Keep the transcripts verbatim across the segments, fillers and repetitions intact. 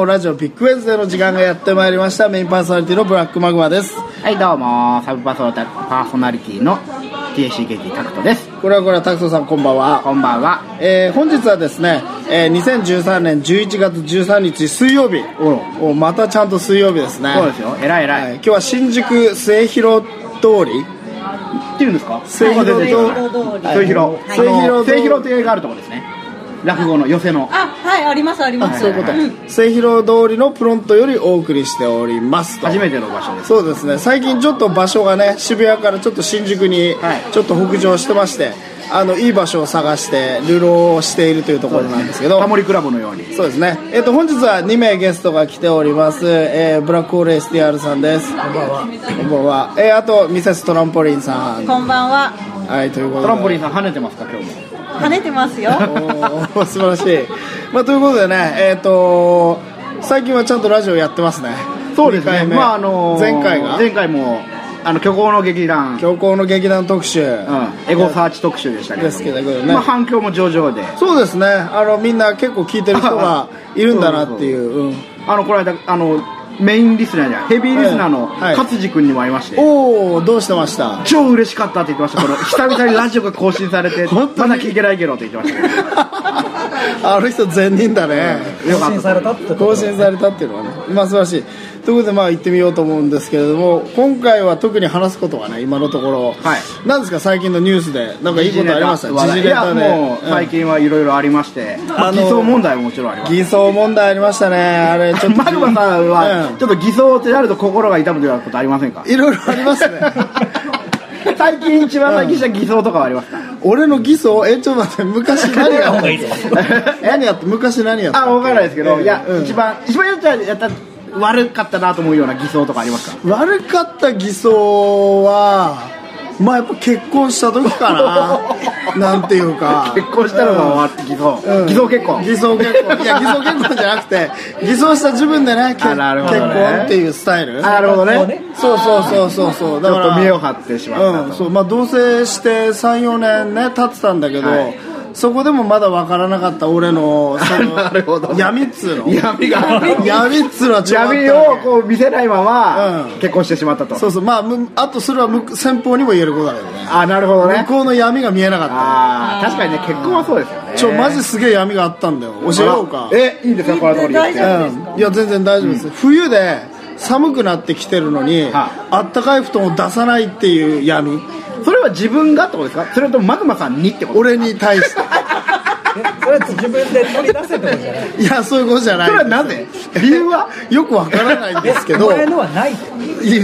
もラジオビッグウェンズデーの時間がやってまいりました。メインパーソナリティのブラックマグマです。 はい、どうもサブパーソナリティの ティーエーシーケーティー タクトです。 これはこれはタクトさん、こんばんは。 こんばんは。 えー、本日はですね、えー、にせんじゅうさんねんじゅういちがつじゅうさんにち水曜日。おまたちゃんと水曜日ですね。 そうですよ、えらいえらい、 はい、今日は新宿末広通りっていうんですか。 末広通り、 末広末広亭があるところですね。落語の寄せの。 あ、はい、ありますあります。 そういうこと、はいはい、末広通りのフロントよりお送りしておりますと。 初めての場所です。 そうですね、最近ちょっと場所がね、渋谷からちょっと新宿にちょっと北上してまして、はい、あのいい場所を探して流浪しているというところなんですけど、 タモリクラブのように。 そうですね、えー、と本日はにめいゲストが来ております。えー、ブラックホール エスティーアール さんです。こんばんは。こんばんは。えー、あとミセストランポリンさん。 こんばんは。 はい、ということでトランポリンさん跳ねてますか今日も。 跳ねてますよ。 お素晴らしい。まあ、ということでね、えー、と最近はちゃんとラジオやってますね。 そうですね、まああのー、 前回が前回もあの虚構の劇団虚構の劇団特集、うん、 エゴサーチ特集でしたけど、 ですけどね、 まあ、反響も上々で。 そうですね、あのみんな結構聞いてる人がいるんだなっていう。うん、あのこの間あのメインリスナーじゃヘビーリスナーの勝地君にも会いまして、はい、 おお、どうしてました？ 超嬉しかったって言ってました。この久々にラジオが更新されてまだ聞けないけどって言ってましたけどあの人善人だね。 更新されたって更新されたっていうのはね、まあ素晴らしい。ということで、まあ行ってみようと思うんですけれども、今回は特に話すことはね、今のところ、はい、なんですか最近のニュースでなんかいいことありました？ 時事ネタで。いやもう最近はいろいろありまして、うん、まあ、偽装問題ももちろんあります。 偽装問題ありましたね。あれちょっとマグマさんはちょっと偽装ってなると心が痛むということありませんか？ いろいろありますね最近一番最近した偽装とかはありますか？ 俺の偽装、えちょっと待って、昔何やった何やった昔何やったあ、分からないですけど、いや、うん、一番一番やったやった悪かったなと思うような偽装とかありますか？ 悪かった偽装はまあやっぱ結婚した時かななんていうか結婚したのが偽装、うん、偽装結婚偽装結婚いや偽装結婚じゃなくて偽装した自分でね、結婚っていうスタイル。 なるほどね。 そうそうそうそうそう、 だからちょっと見栄を張ってしまったと、 うん、そう、まあ同棲して さんよねんね経ってたんだけど、はい、そこでもまだ分からなかった俺のそのなるほど闇っつうの闇が闇っつうのは違った、ね、 闇をこう見せないまま結婚してしまったと、 うん、そうそう、まああとそれは先方にも言えることだけどね。 あ、なるほどね。 向こうの闇が見えなかった。 あ、確かにね、結婚はそうですよね。 ちょマジすげえ闇があったんだよ。教えようか。 え、いいんですかこの通り。 大丈夫ですか？ うん、いや全然大丈夫です、うん、冬で寒くなってきてるのに、はあ、あったかい布団を出さないっていう闇。 それは自分がってことですか？それとマグマさんにってこと？ 俺に対してそれは自分で取り出せってことじゃない？ いや、そういうことじゃない。 それはなぜ？理由はよくわからないんですけど。 お前のはないって。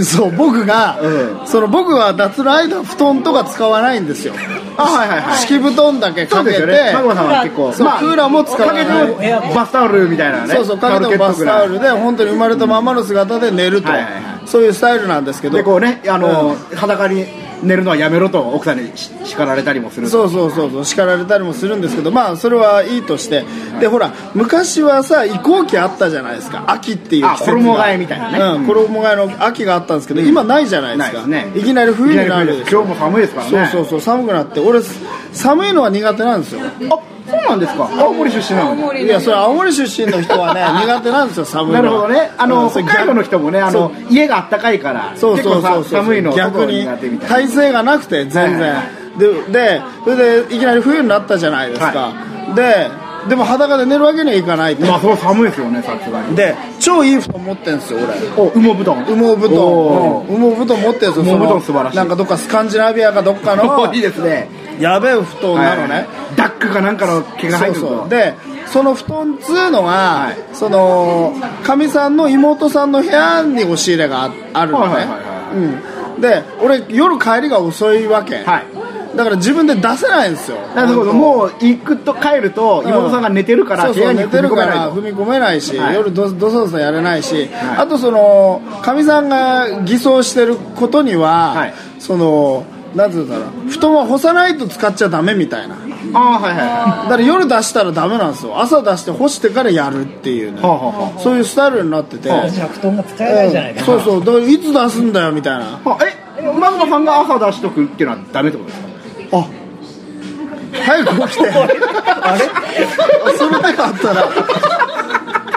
そう、僕が、うん、その僕は夏の間布団とか使わないんですよ。 あ、はいはいはい。 敷布団だけかけて、 ね、マグマさんは結構、 そう、まあ、クーラーも使わない。 かけてバスタオルみたいなね。 そうそう、かけてバスタオルで本当に生まれたままの姿で寝ると、はいはいはい、そういうスタイルなんですけど。 でこうね、あの、うん、裸に寝るのはやめろと奥さんに叱られたりもする。 そうそうそうそう、叱られたりもするんですけど、まあそれはいいとして、はい、でほら昔はさ移行期あったじゃないですか。秋っていう季節が、 衣替えみたいなね、 うん、衣替えの秋があったんですけど、うん、今ないじゃないですか。ないですね。いきなり冬になる。 今日も寒いですからね。 そうそうそう、寒くなって、俺寒いのは苦手なんですよ。 あ、そうなんですか。青森出身なのに。 いや、それ青森出身の人はね苦手なんですよ、寒いのは。 なるほどね。あの、うん、北海道の人もね、あの家があったかいからそうそうそうそう、 寒いの逆に耐性がなくて全然、はい、で, でそれでいきなり冬になったじゃないですか、はい、ででも裸で寝るわけにはいかないって。 まあそれ寒いですよね、さすがに。 で超いい布団持ってるんですよ俺。 お、羽毛布団。 羽毛布団、羽毛布団持ってるんですよ。 羽毛布団素晴らしい。 なんかどっかスカンジナビアかどっかのいいですね、 やべえ布団なのね、はい、 ダックかなんかの毛が入ってる。 そうそう。でその布団っつうのが、はい、そのかみさんの妹さんの部屋に押し入れが あ, あるのね、はいはいはいはい、うん、で俺夜帰りが遅いわけ、はい、だから自分で出せないんですよ。 なるほど。もう行くと帰ると妹さんが寝てるから、 うん、部屋に踏み込めないと。踏み込めないし、はい、夜どどそどそやれないし、はい、あとそのかみさんが偽装してることには、はい、そのなんて言うんだろう、布団は干さないと使っちゃダメみたいな。 あ、はいはいはい。 だから夜出したらダメなんですよ。朝出して干してからやるっていうね、はあはあ、そういうスタイルになってて、 じゃあ布団が使えないじゃないか、 うん、そうそう、だからいつ出すんだよみたいな。 はあ、え、マグマさんが朝出しとくっていうのはダメってことですか？ あ、早く起きてあれその手があったら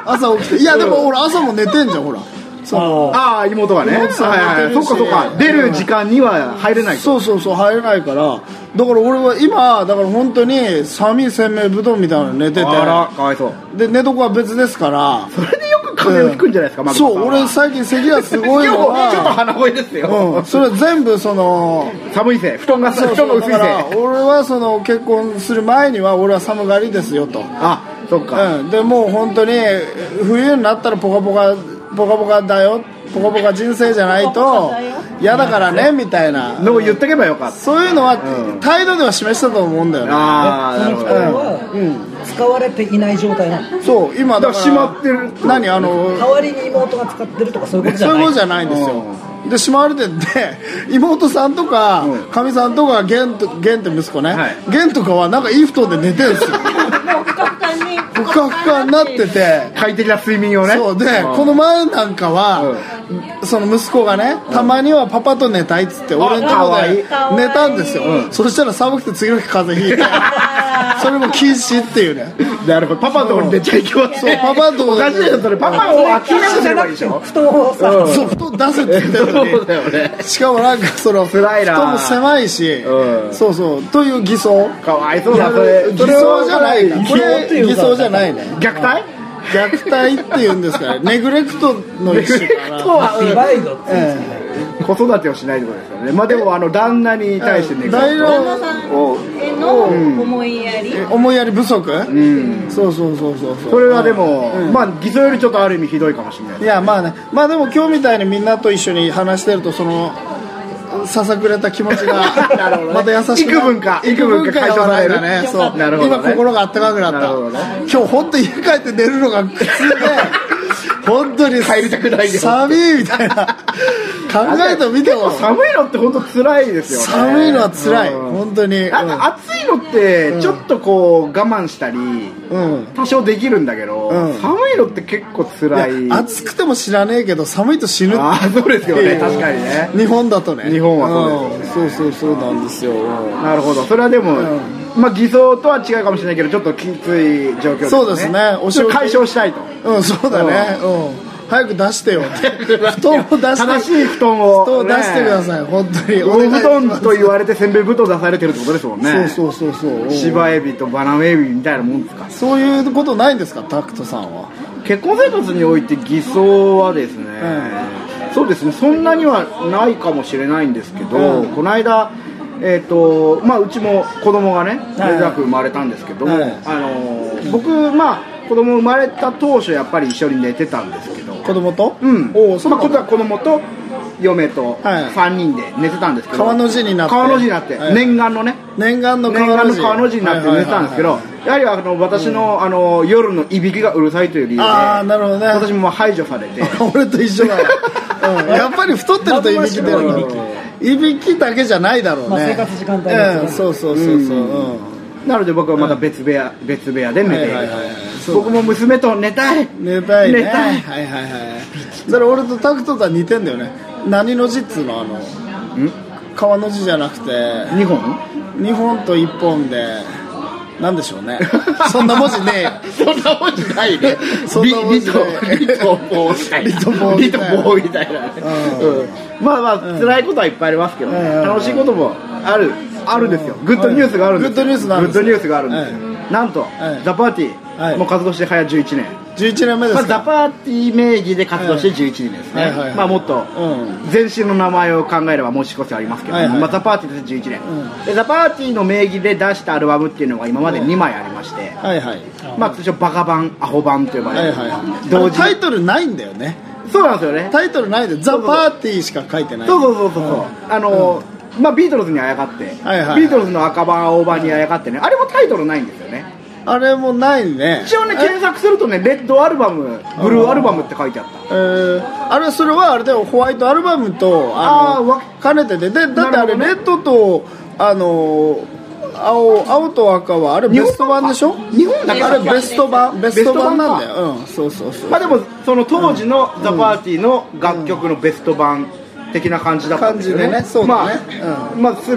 朝起きて、いやでもほら朝も寝てんじゃん、ほらそのああ妹がね、 妹さんはいはい、そっかそっか、出る時間には入れないと。 そうそうそう入れないから、だから俺は今だから本当に寒い鮮明ぶどうみたいなの寝てて、 あらかわいそうで寝床は別ですから。 それでよく風邪をひくんじゃないですか、 うん、そう俺最近咳がすごいのはちょっと鼻声ですよ、 うん、それ全部その寒いせい、布団がそうそう布団が薄いせい。 だから俺はその結婚する前には俺は寒がりですよと。 あそっか、 うん、でもう本当に冬になったらポカポカポカポカだよ、ポカポカ人生じゃないと嫌だからねみたいなのを言っとけばよかった。 そういうのは、 うん、 態度では示したと思うんだよね。 ああなるほど、 は使われていない状態なの。 そう今だからしまってる。 何あの代わりに妹が使ってるとかそういうことじゃない。 そういうことじゃないんですよ。でしまわれてて妹さんとかかみ、うん、さんとかゲンとゲンって息子ね、はい、ゲンとかはなんかいい布団で寝てるんですよ。ふかふかになってて快適な睡眠をね。 そうで、うん、この前なんかは、うん、その息子がねたまにはパパと寝たいっつって俺のとこで寝たんですよ、うん、そしたら寒くて次の日風邪ひいてそれも禁止っていうね。 なるほど、パパのところに寝ちゃいけません。 そうパパのところおかしいよそれ。パパを諦めすればいいでしょ。 布団をさ、 うん、そう布団出せって言ってるのにそうだよね。 しかもなんかその布団も狭いし、うん、そうそうという偽装。 かわいそうだそれ。 偽装じゃないな、これ偽装じゃないね。 虐待虐待っていうんですかね。ネグレクトの一種かな。 ディバイドって言うんですかね。 子育てをしないってことですよね。まあでもあの旦那に対してね、 旦那さんへの思いやり、 うん、思いやり不足、うん、そうそうそうそうそう。 それはでも、うん、まあ偽装よりちょっとある意味ひどいかもしれない。 いやまあね、まあでも今日みたいにみんなと一緒に話してるとそのささくれた気持ちがまた優しく幾分か幾分か解消されるね。そう、 なるほどね、 今心があったかくなった。なるほどね、今日本当家帰って寝るのが苦痛で本当に帰りたくないよ寒いみたいな考えてみても寒いのって本当辛いですよね。 寒いのは辛い、うん、本当に、うん、 暑いのってちょっとこう我慢したり、うん、多少できるんだけど、うん、寒いのって結構辛い。 い暑くても知らねえけど寒いと死ぬ。 ああそうですよね、確かにね。 日本だとね。 日本はそうです、 うん、そうそうそうなんですよ。 なるほど、それはでも、うん、まあ偽装とは違うかもしれないけどちょっときつい状況ですね。 そうですね、 お仕事解消したいと。 うんそうだね、うん、うん、早く出してよ布団を出して、 正しい布団を、 布団を出してください、ね、本当にお布団と言われてせんべい布団出されてるってことですもんね。 そうそうそうそう、 芝エビとバナメエビみたいなもんですか。 そういうことないんですかタクトさんは。 結婚生活において偽装はですね、うん、そうですねそんなにはないかもしれないんですけど、うん、この間えーとまあ、うちも子供がね珍しく生まれたんですけども、はい、あのー、僕まあ子供生まれた当初やっぱり一緒に寝てたんですけど、 子供と、 うんおその子供と嫁とさんにんで寝てたんですけど、 川の字になって川の字になって、はい、念願のね念願の川の字川の字になって寝てたんですけど、やはりあの私の、うん、あの夜のいびきがうるさいという理由で、 あなるほど、ね、 私も排除されて俺と一緒だ、うん、やっぱり太ってるといびき出るの。いびきだけじゃないだろうね、 まあ、生活時間帯です、うん、そうそうそうそう、うん、 なので僕はまた別部屋、うん、別部屋で寝ている、はいはいはい、僕も娘と寝たい寝たいね、 寝たい、 はいはいはい、それ俺とタクトとは似てんだよね。何の字っつうの、あのん川の字じゃなくてにほんにほんといっぽんでなんでしょうねそんな文字ねえよそんな文字ないねそんな文字ねえリと棒みたいなリと棒みたいな、うんうん、まあまあ、うん、辛いことはいっぱいありますけど、ね、うん、楽しいこともあるあるですよ。グッドニュースがあるんですよ。 グッドニュースなんです。 グッドニュースがあるんですよ、はい、なんと、はい、ザ・パーティー、はい、もう活動して早じゅういちねんじゅういちねんめですか、 まあ、ザ・パーティー名義で活動してじゅういちねんですね、はいはいはいはい、まあもっと、うん、前身の名前を考えればもう少しありますけど、はいはい、まあ、ザ・パーティーでじゅういちねん、うん、でザ・パーティーの名義で出したアルバムっていうのが今までにまいありまして、はいはい、まあ通称バカ版アホ版と呼ばれる、はいはい、 同時タイトルないんだよね。 そうなんですよね、 タイトルないでザ・パーティーしか書いてない。 そうそうそうそう、うん、あの、うん、まあ、ビートルズにあやかって、はいはいはい、ビートルズの赤版青版にあやかってね、あれもタイトルないんですよね。 あれもないね。 一応ね検索するとねレッドアルバムブルーアルバムって書いてあった。 えー、あれそれはあれでホワイトアルバムとあのあ兼ねてて、でだってあれレッドとあの青青と赤はあれベスト版でしょ。 日本だからあれベスト版ベスト版なんだよ。うん、そうそうそう。 まあでもその当時のザ・パーティーの楽曲のベスト版的な感じだったんですよね。 感じでね、そうだね。 まあ、うん、まあ、すべ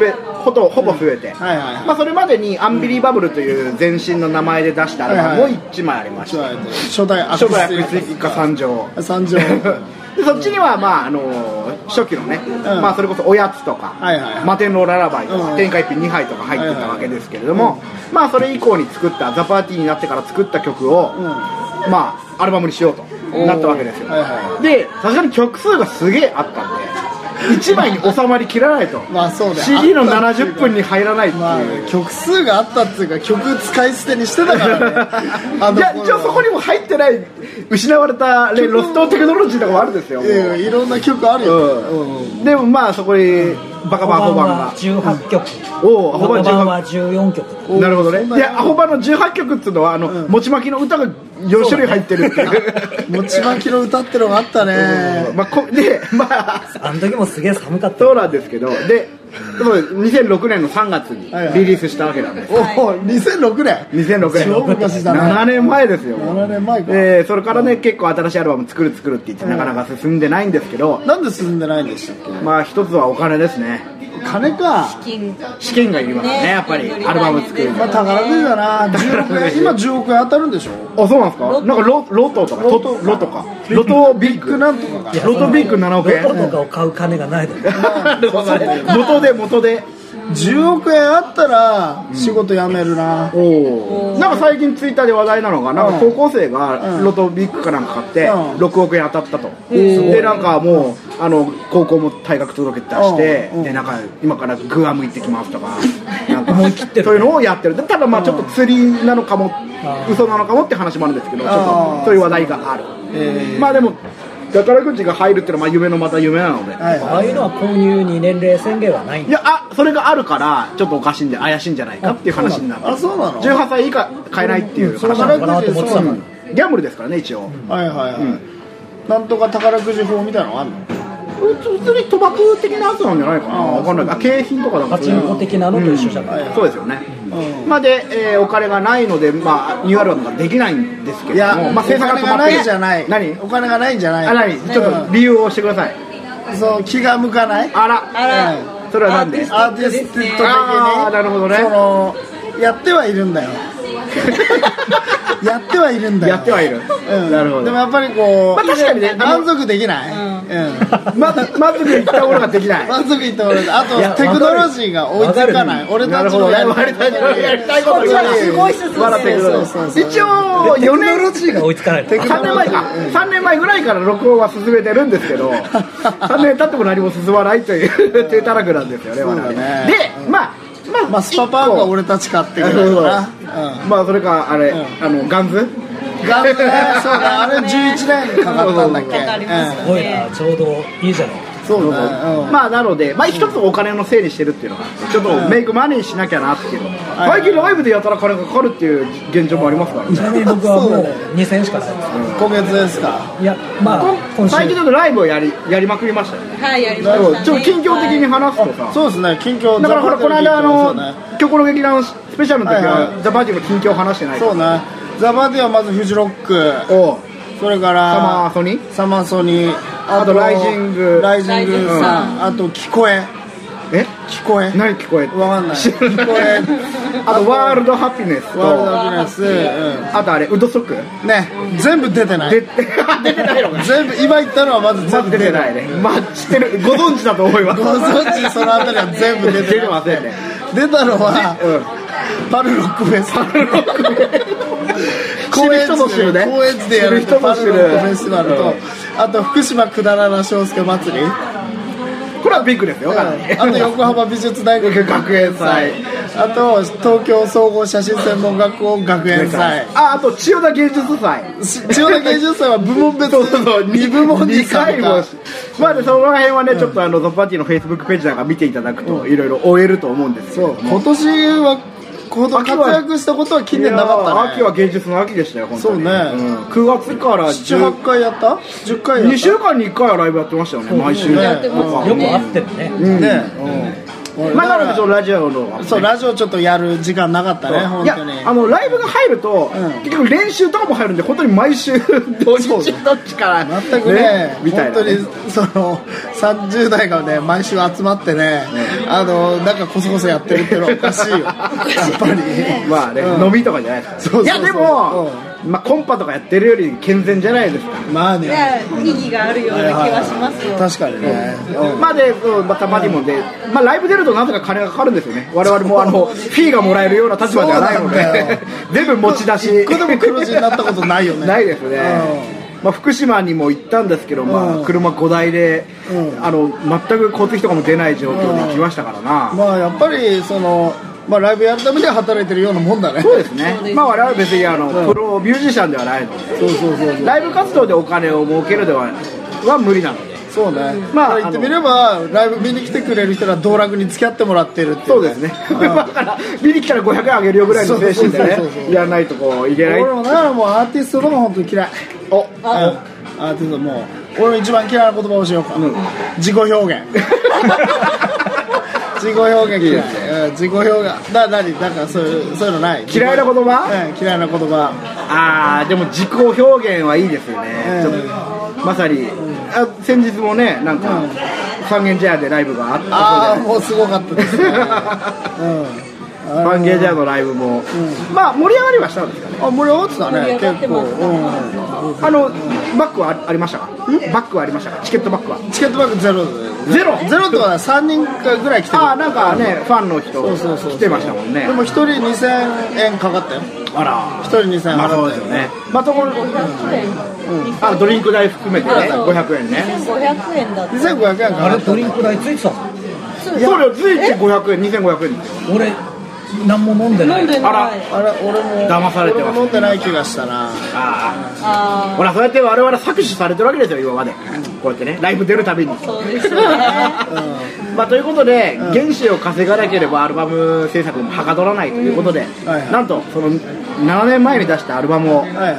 ほとほぼ増えて、 はいはいはい、 まあ、それまでにアンビリバブルという前身の名前で出したアルバムもいちまいありました、はいはい、 初代アクスティック参上参上でそっちには、まああのー、初期のね、うんまあ、それこそおやつとか、はいはいはい、マテンローララバイとか、うん、天下一品にはいとか入ってたわけですけれども、はいはいはい、まあそれ以降に作ったザ・パーティーになってから作った曲を、うん、まあアルバムにしようとなったわけですよ、はいはい、でさすがに曲数がすげえあったんでいちまいに収まりきらないと、まあそうだ シーディー のななじゅっぷんに入らないっていう、まあ、 曲数があったっていうか曲使い捨てにしてたからねいや一応そこにも入ってない失われたロストテクノロジーとかもあるんですよ。 いやいろんな曲あるよ、うんうん、でもまあそこにバカバアホバンがじゅうはちきょく、 おアホバンはじゅうよんきょく。 なるほどね。でアホバンのじゅうはちきょくっていうのはあの、うん、もちまきの歌がよんしゅるい入ってるっていう、 ね、もちまきの歌ってのがあったね、 うんまあ、こでまああの時もすげえ寒かった。 そうなんですけど、でにせんろくねんのさんがつにリリースしたわけなんです、 はいはい、おおにせんろくねんにせんろくねん超昔だね、 ななねんまえですよ。 ななねんまえか、 えー、それからね結構新しいアルバム作る作るって言ってなかなか進んでないんですけど、 なんで進んでないんでしたっけ。 まあ一つはお金ですね。 金か、 資金資金がいりますね、やっぱりアルバム作る、 まあ、宝くじだなじゅうおくえん今じゅうおくえん当たるんでしょ。 あ、そうなんですか。なんかロロトとかロトロトかロトビッグなんとかロトビッグななおくえんロトとかを買う金がないの元で元でじゅうおくえんあったら仕事辞めるな、 うん、おお。なんか最近ツイッターで話題なのが、なんか高校生がロトビッグかなんか買ってろくおくえん当たったと、うん、でなんかもうあの高校も退学届出して、うん、でなんか今からグアム行ってきますとかなんかそういうのをやってる。ただまあちょっと釣りなのかも嘘なのかもって話もあるんですけど、ちょっとそういう話題がある。まあでも宝くじが入るっていうのはまあ夢のまた夢なので、はい、 ああいうのは購入に年齢宣言はないんだ。 いや、あ、それがあるからちょっとおかしいんで怪しいんじゃないかっていう話になる。 あ、そうなの。 じゅうはっさい以下買えないっていう話なのかなと思ってたから、ギャンブルですからね一応、 うん、はいはいはい、うん、なんとか宝くじ法みたいなのあるの。 普通に賭博的なやつなんじゃないかな、分かんない。あ、景品とかだからパチンコ的なのと一緒じゃない、 うん、そうですよね、うん、まあで、えー、お金がないので、まあ、ニューアルバムができないんですけども、いや、 まあ、制作が止まってる。お金がないじゃない。 何？ お金がないんじゃない。 あ、何？ちょっと理由をしてください。 そう、気が向かない。 あら、 あら、 うん、それは何で？ アーティスト的に。 ああ、なるほどね。 そのやってはいるんだよやってはいるんだよ。 やってはいる、うん、なるほど。 でもやっぱりこう、 まあ、確かにね、 満足できない、うんうん、まず満足いったものができない満足いったものが、あとテクノロジーが追いつかない。俺たちのやりたいことがすごい質問です。一応テクノロジーが追いつかない。 さんねんまえか、さんねんまえぐらいから録音は進めてるんですけどさんねん経っても何も進まないという低たらくなんですよね、我々。で、まあまあ、まあ、スパパークは俺たちかっていうぐらいかな、 うん、まあそれかあれ、うん、あのガンズガンズね、そうだ、あれじゅういちねんかかったんだっけ。 すごいな、ちょうどいいじゃない。 そうね、 うん、まあなので、まあ一つお金の整理してるっていうのがあって、ちょっとメイクマネーしなきゃなっていうの、最近ライブでやったら金がかかるっていう現状もありますからね。 ちなみに僕はもうにせんえんしかないです、 うん、今月ですか。 いや、まあ最近ちょっとライブをやりやりまくりましたよね。 はい、やりましたね。 ちょっと近況的に話すとさ、 そうですね、近況。 だからこの間あの虚構の劇団スペシャルの時はザ・バーティの近況を話してない。 そうね、ザ・バーティはまずフジロック、それからサマーソニー、 サマーソニー、 あとライジング、 ライジングさん、あと聞こえ、 え聞こえ、 何聞こえ、 わかんない。聞こえ、 あとワールドハピネスと、 ワールドハピネス、 あとあれウッドストックね、全部出てない。 出てないのか。 全部今言ったのはまず全部出てないね。まあ知ってる、ご存知だと思います。 ご存知、そのあたりは全部出てませんね。 出たのはパルロックフェス。パルロックフェス。高円寺で高円寺でやるパルロックフェスティバルと、あと福島くだらな翔介祭り。 これはビッグですよ。 あと横浜美術大学学園祭、あと東京総合写真専門学校学園祭、 ああと千代田芸術祭。 千代田芸術祭は部門別に部門に参加。 まあでその辺はね、ちょっとあのザ・パーティーのフェイスブックページなんか見ていただくといろいろ追えると思うんですけど、 今年は活躍したことは近年なかったね。 秋は芸術の秋でしたよ、本当に。 そうね、 うん、くがつからなな、はちかいやったじゅっかいやった。にしゅうかんにいっかいはライブやってましたよね、毎週ね。 よく会ってるね。 ね、 まあなのでそのラジオのそうラジオちょっとやる時間なかったね本当に。 いやあのライブが入ると、うん、結局練習とかも入るんで本当に毎週土日どっちから全くね、ねみたいな、ね、 本当にそのさんじゅう代がね毎週集まってね、うん、あのなんかコソコソやってるっていうのはおかしいよやっぱりまあね、うん、飲みとかじゃないですか。そうそうそういやでも、うん、まあコンパとかやってるより健全じゃないですか。 まあねいや意義があるような気はしますよ。 確かにね、 うん、まあで、まあ、たまにもで、まあライブ出るとなぜか金がかかるんですよね。我々もあのフィーがもらえるような立場ではないので全部持ち出し。 一個でも黒字になったことないよね。 ないですね。まあ、福島にも行ったんですけど、まあ、車ごだいで、うん、あの全く交通費とかも出ない状況で来ましたからな、 うん、まあやっぱりその、まあ、ライブやるために働いてるようなもんだね。 そうですね。まあ我々は別にあの、うん、プロミュージシャンではないので、そうそうそうそうライブ活動でお金を儲けるではは無理なので。 そうね、まあ言ってみればライブ見に来てくれる人は道楽に付き合ってもらってるっていう、ね、 そうですねだから見に来たらごひゃくえんあげるよぐらいの精神でねやらないとこういけない。 俺もねもうアーティストとか本当に嫌い。おあアーティストもう俺の一番嫌いな言葉をしようか、うん、自己表現自己表現嫌い、うん、自己表現だ何だからそういうそういうのない。 嫌いな言葉、 うん、嫌いな言葉。 ああでも自己表現はいいですよね、うん、まさに、うん、あ先日もねなんか、うん、三軒茶屋でライブがあったああもうすごかったですね、うん三軒茶屋のライブも、うん、まあ盛り上がりはしたんですかね。 あ盛り上がってたね結構、うん、 あのバックはありましたか。バックはありましたか。チケットバックはチケットバックゼロゼロゼロとはさんにんかぐらい来てる。 ああなんかねファンの人そうそうそう来てましたもんね。 でもひとりにせんえんかかったよ。 あらひとりにせんえん払ったよ、 まあ、そうですよね。まあところ、うん、あドリンク代含めてねごひゃくえんね。 にせんごひゃくえんだった。 にせんごひゃくえんか。 あれドリンク代ついてた。 そうよついてごひゃくえんにせんごひゃくえんですよ。 俺何も飲んでない。 飲んでない。 あらあれ俺も騙されてます。 俺も飲んでない気がしたな。ああほらそうやって我々搾取されてるわけですよ今まで、うん、こうやってねライブ出るたびに。 そうですよね、 うんまあ、ということで、うん、原資を稼がなければアルバム制作もはかどらないということで、うんはいはい、なんとそのななねんまえに出したアルバムを、はいはい、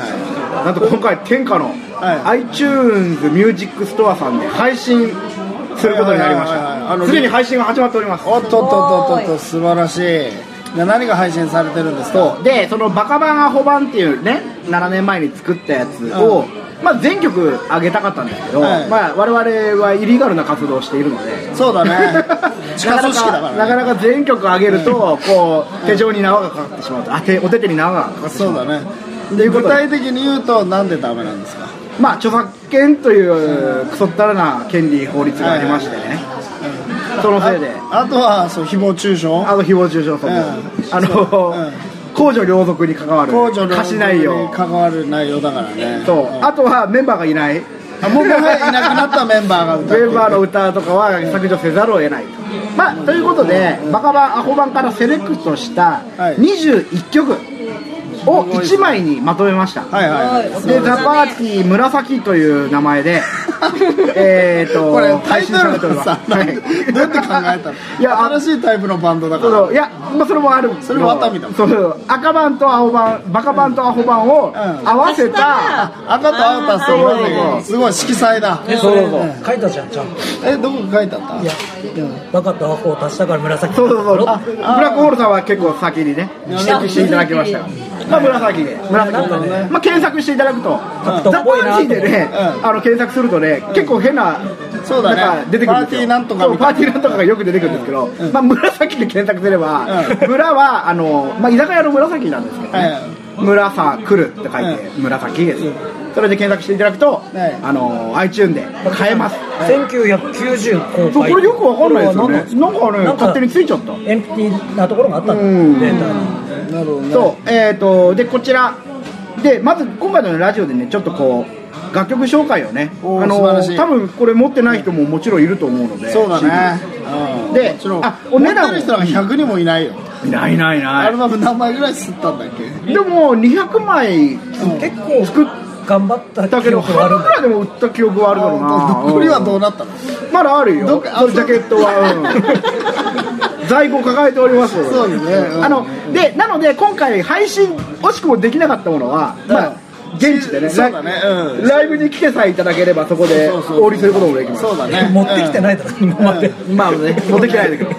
なんと今回天下の、はい、iTunes Music Store さんで配信することになりました。すでに配信が始まっております。 おっとっとっとっと素晴らしい。何が配信されてるんですか。 でそのバカバンアホバンっていうねななねんまえに作ったやつを、うんまあ、全曲上げたかったんですけど、はいまあ、我々はイリーガルな活動をしているのでそうだね地下組織だからねなかなか全曲上げると、うん、こう手錠に縄がかかってしまうとあてお手手に縄がかかってしまうそうだねで具体的に言うとなんでダメなんですか。 まあ著作権というクソったらな権利法律がありましてね、はいはいはいそのせいであ, あとはそう誹謗中傷あと誹謗中傷とか、うん、あの、うん、公序良俗に関わる貸し内容に関わる内容だからねそう、うん、あとはメンバーがいないあもういなくなったメンバーが歌メンバーの歌とかは削除せざるを得ないと、まあ、ということで、うん、バカバンアホバンからセレクトしたにじゅういっきょくをいちまいにまとめました。はいはい、でザ・パーティー紫という名前でえっとこれタイトルがさ、はい、どうやって考えたの。いや新しいタイプのバンドだからそういや、まあ、それもあるそれも熱海だもんそう赤版と青版バカ版とアホ版を合わせた、 うん、赤と青足すとすごい色彩だえそうそうそう書いたじゃんちゃんとえどこ書いてあった。いやバカとアホを足したから紫そうそうそうブラックホールさんは結構先にね指摘していただきましたまあ紫で紫で、ねまあ、検索していただくと、うん、ザ・パーティーでね、うん、あの検索するとね、うん、結構変なそうだねなんか出てくるんですよ。 パーティーなんとかパーティーなんとかがよく出てくるんですけど、うんまあ、紫で検索すれば、うん、村はあの、まあ、居酒屋の紫なんですけどね、うん、村さ来るって書いて、うん、紫です、うん、それで検索していただくと、うん、あの iTunes で買えます。 せんきゅうひゃくきゅうじゅう公開。 これよくわかんないですよね。なんかね勝手についちゃったエンプティなところがあったんだ、うん、データに。 なるほどね。 そうえっ、ー、とでこちらでまず今回のラジオでねちょっとこう楽曲紹介をねあの多分これ持ってない人ももちろんいると思うのでそうだね、 うん、であお値段持ってる人がひゃくにんもいないよ。 いないいないいない。 アルバム何枚ぐらい吸ったんだっけ。 でもにひゃくまい、うん、 結構作っ頑張った記憶はあるんだけど半分ぐらいでも売った記憶はあるだろうな。 残りはどうなったの。 まだあるよどっかジャケットは、うん、在庫抱えております。 そうですね、うん、 あのでなので今回配信惜しくもできなかったものは、うん、まあ現地でね、 そうだね、うん、 ライブに来てさえいただければそこでお売りすることもできます。 そうだね、 持ってきてないだろ今まで、 うん、まあね持ってきてないんだけど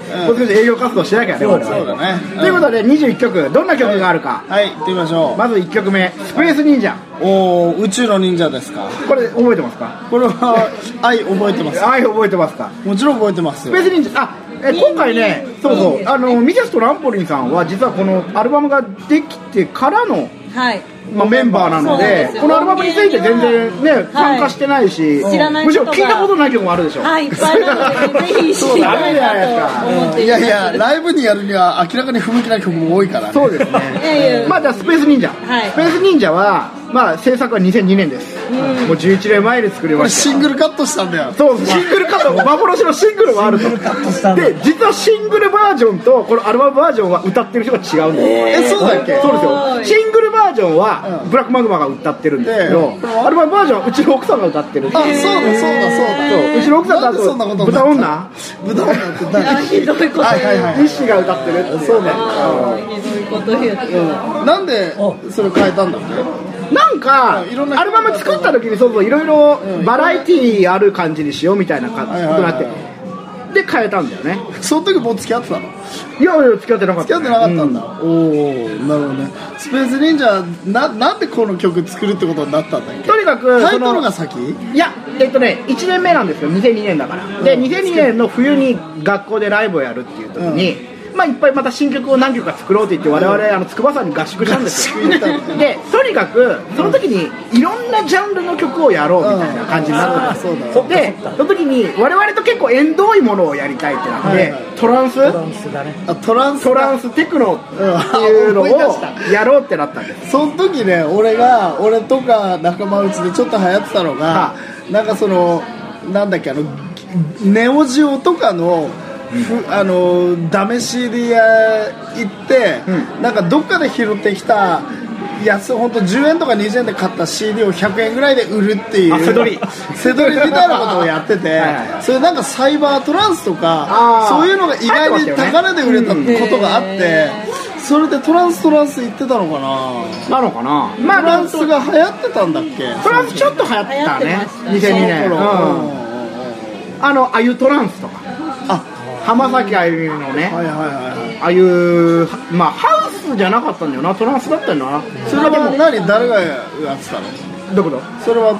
もう少し営業活動しなきゃね。 そうだね。 ということでにじゅういっきょく、どんな曲があるか。 はい、行ってみましょう。 まずいっきょくめ、スペース忍者。 おー、宇宙の忍者ですか。 これ覚えてますか？ これは愛覚えてます。 愛覚えてますか？ もちろん覚えてますよ。 スペース忍者、あ、え今回ね、そうそう、あのミセストランポリンさんは実はこのアルバムができてからの、 はい、 まあ、メンバーなので、このアルバムについて全然ね、参加してないし、 知らないむしろ聞いたことない曲もあるでしょ。 はい、いっぱいなので、ぜひ知りたいなと思っています。 いやいや、ライブにやるには明らかに不向きな曲も多いからね。 そうですね。まあじゃあスペース忍者、はい、スペース忍者はまあ制作はにせんにねんです。うん、もうじゅういちねんまえに作りました。 これシングルカットしたんだよ。 そう、シングルカット、幻のシングルもあると。で、実はシングルバージョンとこのアルバムバージョンは歌ってる人が違うんです。 えー、そうだっけ？ そうですよ。シングルバージョンはブラックマグマが歌ってるんですけど、えー、アルバムバージョンはうちの奥さんが歌ってる。 あ、そうだそうだそうだ。 うちの奥さんだと豚女？ 豚女って何？ ひどいこと言う。西が歌ってるって。 そうだ。 ひどいこと言う。 なんでそれ変えたんだっけ？ なんかアルバム作った時にそうそういろいろバラエティーある感じにしようみたいなことになってで変えたんだよね。 その時もう付き合ってたの？ いやいや付き合ってなかった、ね、 付き合ってなかったんだ、うん、おおなるほどね。スペース忍者ななんでこの曲作るってことになったんだっけ？とにかくタイトルが先？ いやえっとねいちねんめなんですよ。にせんにねんだから。でにせんにねんの冬に学校でライブをやるっていう時に、うんまあ、いっぱいまた新曲を何曲か作ろうって言って我々あの筑波山に合宿したんですよ。でとにかくその時にいろんなジャンルの曲をやろうみたいな感じになったんですよ。でその時に我々と結構縁遠いものをやりたいってなって、トランストランスだね。トランストランステクノっていうのをやろうってなったんです。 その時ね俺が俺とか仲間内でちょっと流行ってたのがなんかそのなんだっけあのネオジオとかのふあのダメ シーディー 屋行って、うん、なんかどっかで拾ってきた安本当じゅうえんとかにじゅうえんで買った シーディー をひゃくえんぐらいで売るっていうせどりせどりみたいなことをやっててはい、それなんかサイバートランスとかそういうのが意外に高値で売れたことがあって、うん、それでトランストランス行ってたのかななのかな、 まあ、トランスが流行ってたんだっけ？ トランスちょっと流行ってたねにせんにねん、うん、あのあゆトランスとかあ浜崎あゆみのね、はいはいはい、ああいうまあハウスじゃなかったんだよな、トランスだったんだな。 それは何誰がやってたの？ どこだ？ それは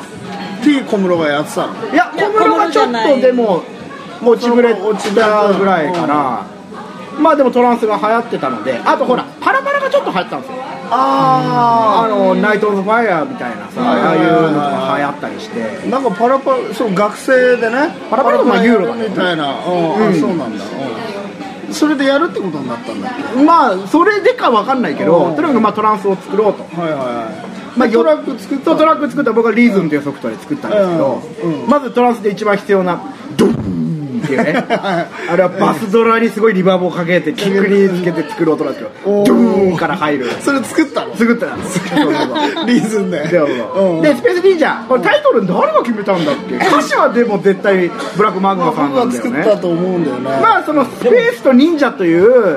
T 小室がやってたの？ いや小室がちょっとでも落ちぶれ落ちたぐらいかな。まあでもトランスが流行ってたので、あとほらパラパラがちょっと流行ったんですよ。ああ、あのナイト・オブ・ファイアみたいなさ、ああいうのが流行ったりして、 なんかパラパラ、そう学生でね、 パラパラとまあユーロだねみたいな、うんうん、そうなんだ。うん、それでやるってことになったんだ。 まあそれでかわかんないけど、とにかくまあトランスを作ろうと。 はいはいはい。 まあ、トラック作ったトラック作った僕はリーズムというソフトで作ったんですけど、うんうん、まずトランスで一番必要なドンっていうねあれはバスドラにすごいリバーブをかけてキックにつけて作る音なんですけど、ドーンから入る。 それ作ったの？ 作ったんですリズムで。でスペース忍者これタイトル誰が決めたんだっけ？歌詞はでも絶対ブラックマグマさんなんだよね。 僕が作ったと思うんだよね。 まあそのスペースと忍者という、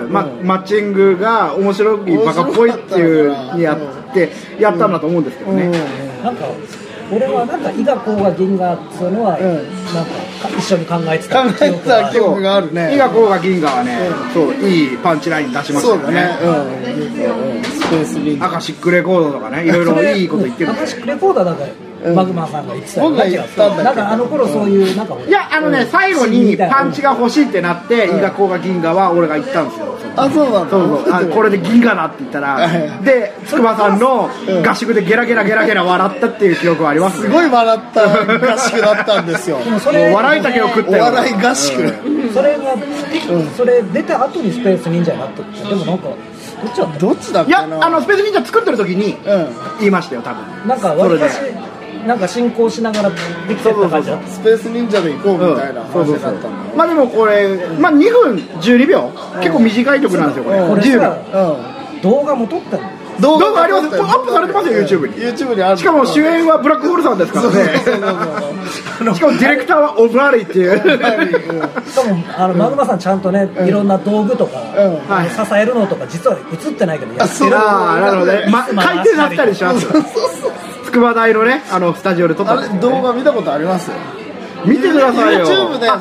まあ、マッチングが面白いバカっぽいっていうにやってやったんだと思うんですけどね。 なんか俺はなんか伊賀甲賀銀河っていうのはなんか一緒に考えてた考えてた記憶があるね。 伊賀甲賀銀河はね、そういいパンチライン出しましたよね。 スペースリンアカシックレコードとかね、いろいろいいこと言ってる。 アカシックレコードはなんかマグマさんが言ってたよ。 僕が言ったんだけど。 なんかあの頃そういうなんかいやあのね最後にパンチが欲しいってなって伊賀甲賀銀河は俺が言ったんですよ。 あ、そうなんだ。 そうそう。あ、これで銀河だって言ったら、で筑波さんの合宿でゲラゲラゲラゲラ笑ったっていう記憶はあります。 すごい笑った合宿だったんですよ。 もう笑いだけを食ったよ。 お笑い合宿。 それがそれ出た後にスペース忍者になったって。でもなんかどっちだった？ どっちだっけな。 いやあのスペース忍者作ってる時に言いましたよ多分。 なんか割かしなんか進行しながらできてた感じだった。 スペース忍者で行こうみたいな話だったんだ。 まあでもこれまあにふんじゅうにびょう結構短い曲なんですよこれ。 これさ動画も撮ったの？ 動画ありますよ。アップされてますよ YouTube に。 YouTube にある。 しかも主演はブラックホールさんですからね。しかもディレクターはオブラリーっていう。 しかもあのマグマさんちゃんとねいろんな道具とか支えるのとか実は映ってないけどやってる。 ああなるほどね。回転させたりします。筑波大のねあのスタジオで撮った。 あれ動画見たことあります？ 見てくださいよ。 YouTube で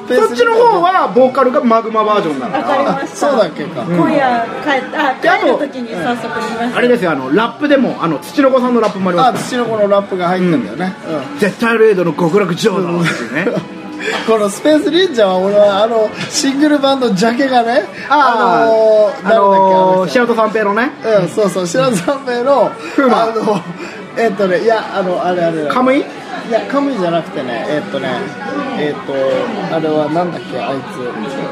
そっちの方はボーカルがマグマバージョンなのわかりました。 そうだっけか、 うん、今夜帰った帰る時に早速見ました。 あれですよ、あのラップでもあの土の子さんのラップもあります。 あ、土の子のラップが入ってんだよね、 うんうん、絶対レードの極楽浄土っていうねこのスペース忍者は俺はあのシングル版のジャケがね、 あのー、あのー、白戸三平のね、 うん、そうそう、白戸三平の風磨、 あのえっとね、いや、あのあれあれカムイ、 いや、カムイじゃなくてね、えっとね、えっとあれはなんだっけ、あいつ、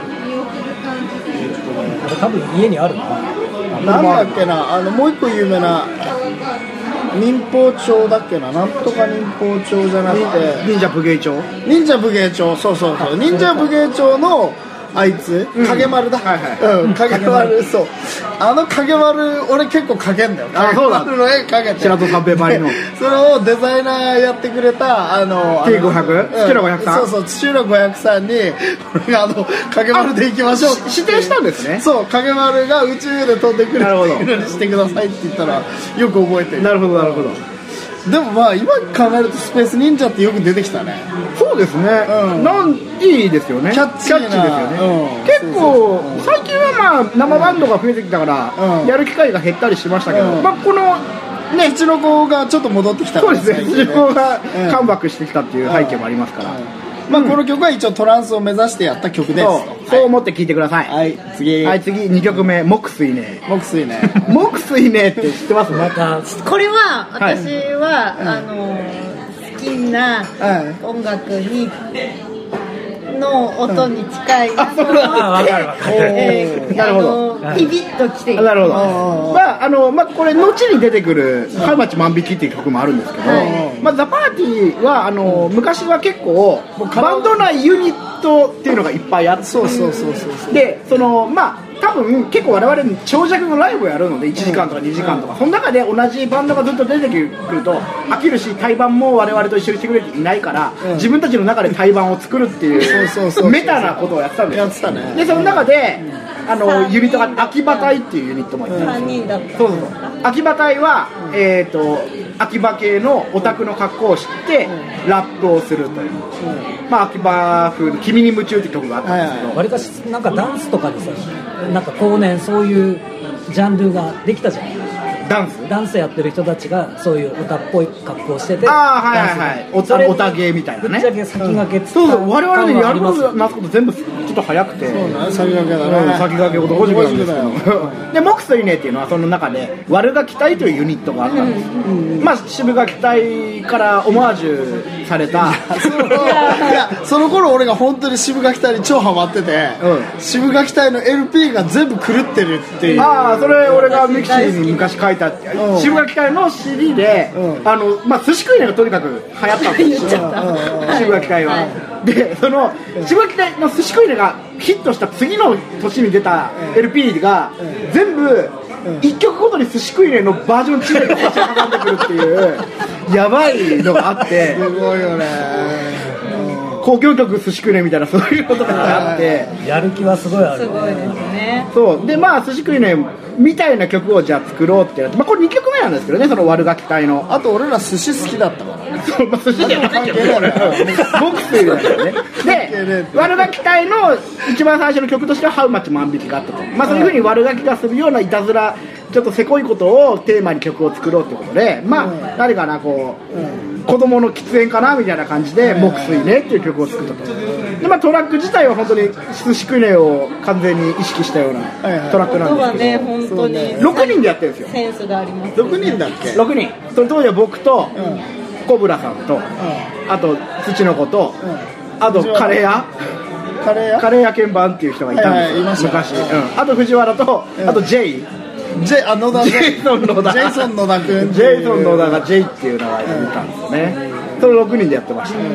あれ多分家にあるな。 なんだっけな、あのもう一個有名な忍法帳だっけな、なんとか忍法帳じゃなくて忍者武芸帳、 忍者武芸帳、そうそうそう、忍者武芸帳のあいつ、うん、影丸だ、はいはい、うん、影丸、そう、あの影丸俺結構描けんだよ。 あ、そうだ、 影丸の絵描けて、 白戸三平ばりのそれをデザイナーやってくれたあのティーごひゃく、土浦ごひゃくさん、 そうそう、土浦ごひゃくさんに俺があの影丸で行きましょうって指定したんですね。 そう、影丸が宇宙で飛んでくるなるほどっていうのにしてくださいって言ったらよく覚えてる。 なるほどなるほど。 でもまあ今考えるとスペース忍者ってよく出てきたね。 そうですね、うん、なんいいですよね、 キャッチーな、 ですよね、 うん、 結構最近はまあ生バンドが増えてきたから、うん、やる機会が減ったりしましたけど、うん、まあこのね、 土の子がちょっと戻ってきた、 そうですね、土の子がカムバックしてきたっていう背景もありますから、うんうん、 まあ、この曲は一応トランスを目指してやった曲ですと、 そう、そう思って聴いてください。 はい、次、 はい、次にきょくめ、木水ね。 木水ね木水ねって知ってます？ またこれは私は、はい、あの好きな音楽にの音に近いなと思って、なるほど、ビビッときている。 なるほど。まああのまあこれ後に出てくる「ハウマッチ万引き」っていう曲もあるんですけど、はい、まあザ・パーティーはあの昔は結構バンド内ユニットっていうのがいっぱいあって、 そうそうそうそう、 でそのまあ多分結構我々長尺のライブをやるのでいちじかんとかにじかんとか、その中で同じバンドがずっと出てくると飽きるし、対バンも我々と一緒にしてくれていないから、うん、自分たちの中で対バンを作るっていうメタなことをやってたんですよ。 やってたね。 でその中であのユニットが秋葉隊っていうユニットもいて、 さんにんだった。 そうそうそう、秋葉隊は、うん、えっ、ー、と秋葉系のオタクの格好をしてラップをするという、うん、まあ秋葉風の「君に夢中」って曲があったんですけど、 わりかしなんかダンスとかでさ、なんか後年そういうジャンルができたじゃん。 ダンスダンスやってる人たちがそういう歌っぽい格好をしてて、 ああはいはいはい、オタオタ芸みたいなね、 ぶっちゃけ先駆けって、 そうそう我々ねやることなすこと全部ちょっと早くて、 そうね、先駆けだね、 先駆け男塾なんですけど、で木水ねっていうのはその中で悪ガキ隊というユニットがあったんです、うんうん、まあ渋垣隊からオマージュされたいやその頃俺が本当に渋垣隊に超ハマってて、うん、渋垣隊の エルピー が全部狂ってるっていう、 ああそれ俺がミキシーに昔書いたって、うん、渋垣隊の シーディー で、うん、あのまあ寿司食いねがとにかく流行ったんですよ渋垣隊は、はい、でその渋垣隊の寿司食いねがヒットした次の年に出た エルピー が全部いっきょくごとに寿司食いねのバージョン違いが差し挟んでくるっていうやばいのがあってすごいよね、 交響曲寿司食いねみたいなそういうことがあってやる気はすごいある、 すごいですね。 そうでまあ寿司食いねみたいな曲をじゃあ作ろうってやって、まあ、これにきょくめなんですけどね、その悪ガキ隊の。 あと俺ら寿司好きだったからね。 そう、まあ、寿司じゃないけど僕というだよね。で悪ガキ隊の一番最初の曲としては「ハウマッチ万引き」があったと、まあ、そういうふうに悪ガキがするようないたずらちょっとせこいことをテーマに曲を作ろうってことで、まあ、うん、誰かなこう、うん、子供の喫煙かなみたいな感じで「木水ね」っていう曲を作ったと。で、まあ、トラック自体は本当に寿司食いねを完全に意識したようなトラックなんですけど、 ね、本当にろくにんでやってるんですよ。 センスがあります、ね、 ろくにんだっけ。 ろくにん。その当時は僕と、うん、コブラさんと、うん、あと土の子と、うん、あとカレー屋カレー屋カレー屋鍵盤っていう人がいたんですよ、はいはい、昔、うん、あと藤原と、うん、あと J J あ野田ジェイソン野田ジェイソン野田君ジェイソン野田が J っていう名前でいたんですよね、うん、それろくにんでやってました、うん、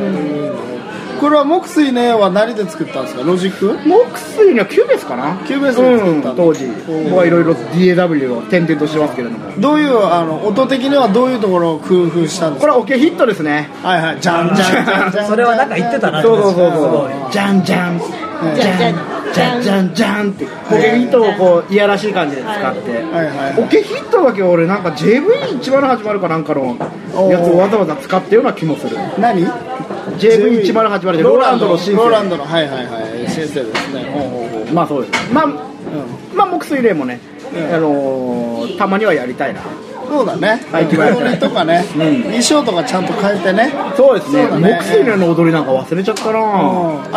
これは木水ねは何で作ったんですか。ロジック。 木水ねはキューベースかな。 キューベースで作った、うん、 当時僕はいろいろ ディーエーダブリュー を転々としてますけれども、 どういうあの音的にはどういうところを工夫したんですか。 これはオケヒットですね。 はいはい、ジャンジャンジャンジャンそれはなんか言ってたな。 そうそうそうそう、ジャンジャンジャンジャンジャンジャンジャンってオケヒットをこういやらしい感じで使って、はいはいはい、オケヒットだけ俺なんか ジェーブイ 一番始まるかなんかのやつをわざわざ使ったような気もする。 何ジェイブイひゃくはちまる でローランドのシンセローランドのはいはいはいシンセですね。ほうほうほう。 まあそうですまあ、うん、まあ木水霊もね、うん、あのー、たまにはやりたいな。 そうだね。踊りとかね、うん、衣装とかちゃんと変えてね。 そうですね。ね木水霊の踊りなんか忘れちゃったな、うん、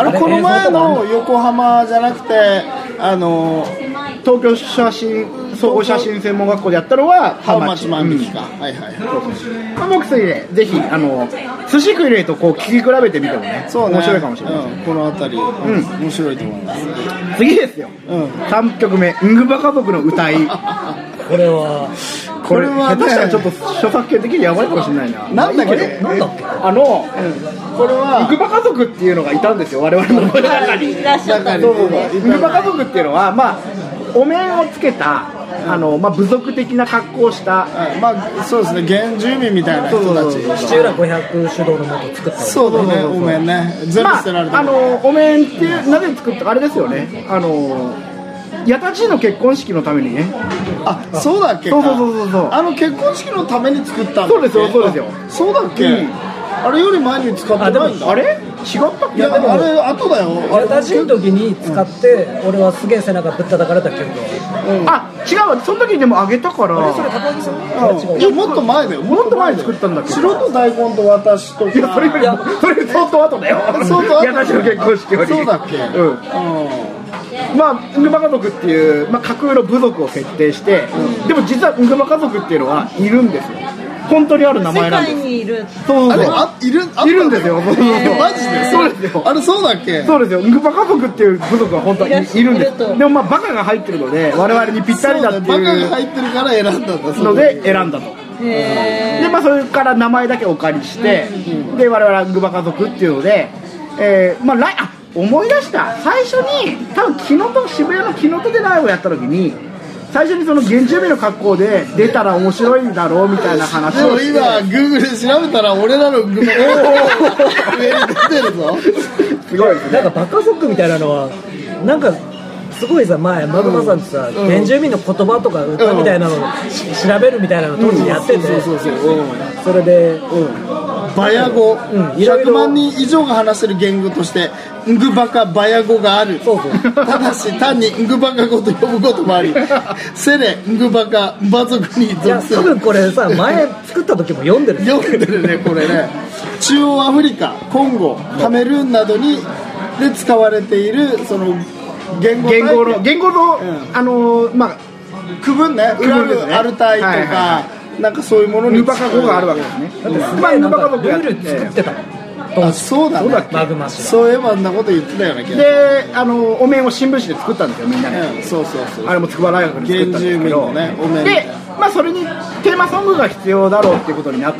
あれこの前の横浜じゃなくてあの東京写真総合写真専門学校でやったのはハウマッチ万引きか、うん、はいはいはい。木水霊ぜひあの寿司食い霊とこう聞き比べてみてもね、そうね面白いかもしれない、うん、 この辺り、うん、面白いと思います。 次ですよ、うん、さんきょくめングバ家族の歌いこれはこれは、ね、下手したらちょっと著作権的にやばいかもしれないな。 なんだっけなんだっけあの、うん、これはイクバ家族っていうのがいたんですよ我々の中に。 いらっしゃったんです。イクバ家族っていうのはまあお面をつけたあのまあ部族的な格好をした、 うん、まあそうですね原住民みたいな人たち。 土浦ごひゃく主導のもと作った。 そうだねお面ね全部捨てられた。 まあ、あのお面っていうなぜ作ったあれですよねあの。矢田爺の結婚式のためにね。 あ、そうだっけか。 そうそうそうそう。 あの結婚式のために作ったんだっけ。 そうですよ、そうですよ。 そうだっけ、うん、あれより前に使ってないんだ。 あれ違ったっけ。 いや、あれ後だよ。 矢田爺の時に使って、うん、俺はすげえ背中ぶったたかれたけど、 うん、あ、違うわ、その時にでもあげたからあれ、 それ高木さん、 うん、いや、もっと前だよ。 もっと前に作ったんだっけ。 白と大根と私とか。 いや、それよりそれ相当後だよ。 相当後。 矢田爺の結婚式より。 そうだっけ。うん、うんまあ、ウングマ家族っていう、まあ、架空の部族を設定して、うん、でも実はウングマ家族っていうのはいるんですよ。本当にある名前なんです。 世界にいる。 そうそうそう。 あれあいるいるんですよ。 マジで。 そうですよ。 あれそうだっけ。 そうですよ。ウングマ家族っていう部族は本当にいるんです。でもまあバカが入ってるので我々にぴったりだっていう。 バカが入ってるから選んだんだ。 ので選んだと。でまあそれから名前だけお借りして、うん、で我々はウングマ家族っていうので、えー、まあ来あ。思い出した最初に多分木の戸渋谷の木の戸でライブをやった時に最初にその原住民の格好で出たら面白いだろうみたいな話をして。 でも今グーグルで調べたら俺らのグーグル上に出てるぞすごいですね。 なんかバカ族みたいなのはなんかすごいさ前マグマさんってさ、うん、原住民の言葉とか歌みたいなのを、うん、調べるみたいなの当時やってて、それで、うんバヤ語、うん、ひゃくまんにん以上が話せる言語としてングバカバヤ語がある。 そうそうただし単にングバカ語と呼ぶこともありセレングバカバ族に属する。いや多分これさ前作った時も読んでる読んでるねこれね中央アフリカコンゴカメルーンなどにで使われているその言語言語の言語の、うん、あのー、まあ区分ねウラル、ね、アルタイとか、はいはいはい、なんかそういうものにヌバカ語があるわけですね。 だってすごいなんかルール作ってたの。 あ、そうだね。 マグマ氏そういえばあんなこと言ってたような気がする。 で、あのお面を新聞紙で作ったんですよみんなで、 うん、そうそうそう。 あれも筑波大学で作ったんですけど、 ね、お面で、まあそれにテーマソングが必要だろうっていうことになって、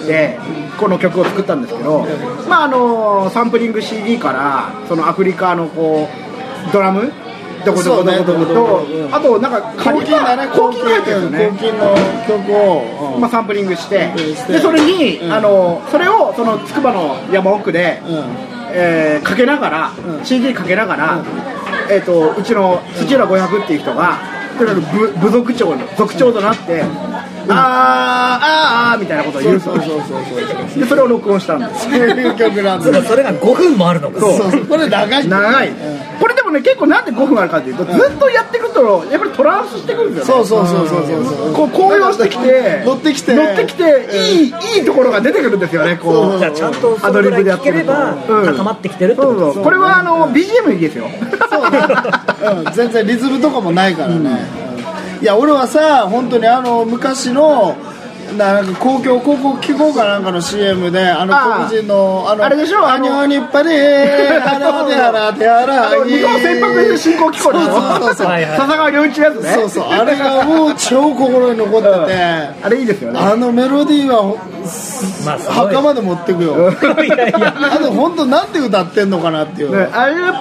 うん、この曲を作ったんですけど、うん、まああのサンプリング シーディー からそのアフリカのこうドラムどこどこどこどことあとなんか抗菌だね抗菌入ってるんですよね。 抗菌の曲を、 うんまあ、サンプリングしてでそれに、うん、あのそれをその筑波の山奥で、うんえー、かけながら、うん、シーディー かけながら、うんえー、とうちの土浦ごひゃくっていう人がとにかく部部族長の族長となって、うん、あーあーあーみたいなことを言う。 そうそうそうそうでそれを録音したんです。 そういう曲なんです。 それがごふんもあるのか。 そうそうそうこれ長い長い、うん、これでもね結構なんでごふんあるかっていうと、うん、ずっとやってくるとやっぱりトランスしてくるんですよね。 そうそうそうそうそうこう高揚してきて乗ってきて乗ってきて、うん、いいいいところが出てくるんですよね。こうじゃあちゃんとアドリブでやってれば高まってきてるってことです。 そうそうこれはあの ビージーエム いいですよ。 そうね、うん、全然リズムとかもないからね、うん、いや俺はさ本当にあの昔のなんか公共広告機構かなんかの シーエム であの黒人のあのあれでしょあにょにっぱりあの手洗手洗い日本船舶振興機構でしょ。そうそうそう笹川良一のやつね。 そうそうあれがもう超心に残ってて、うん、 あれいいですよね。 あのメロディーは、まあ、墓まで持ってくよ。いやいやあと本当なんて歌ってんのかなっていう、 ね、あれやっぱり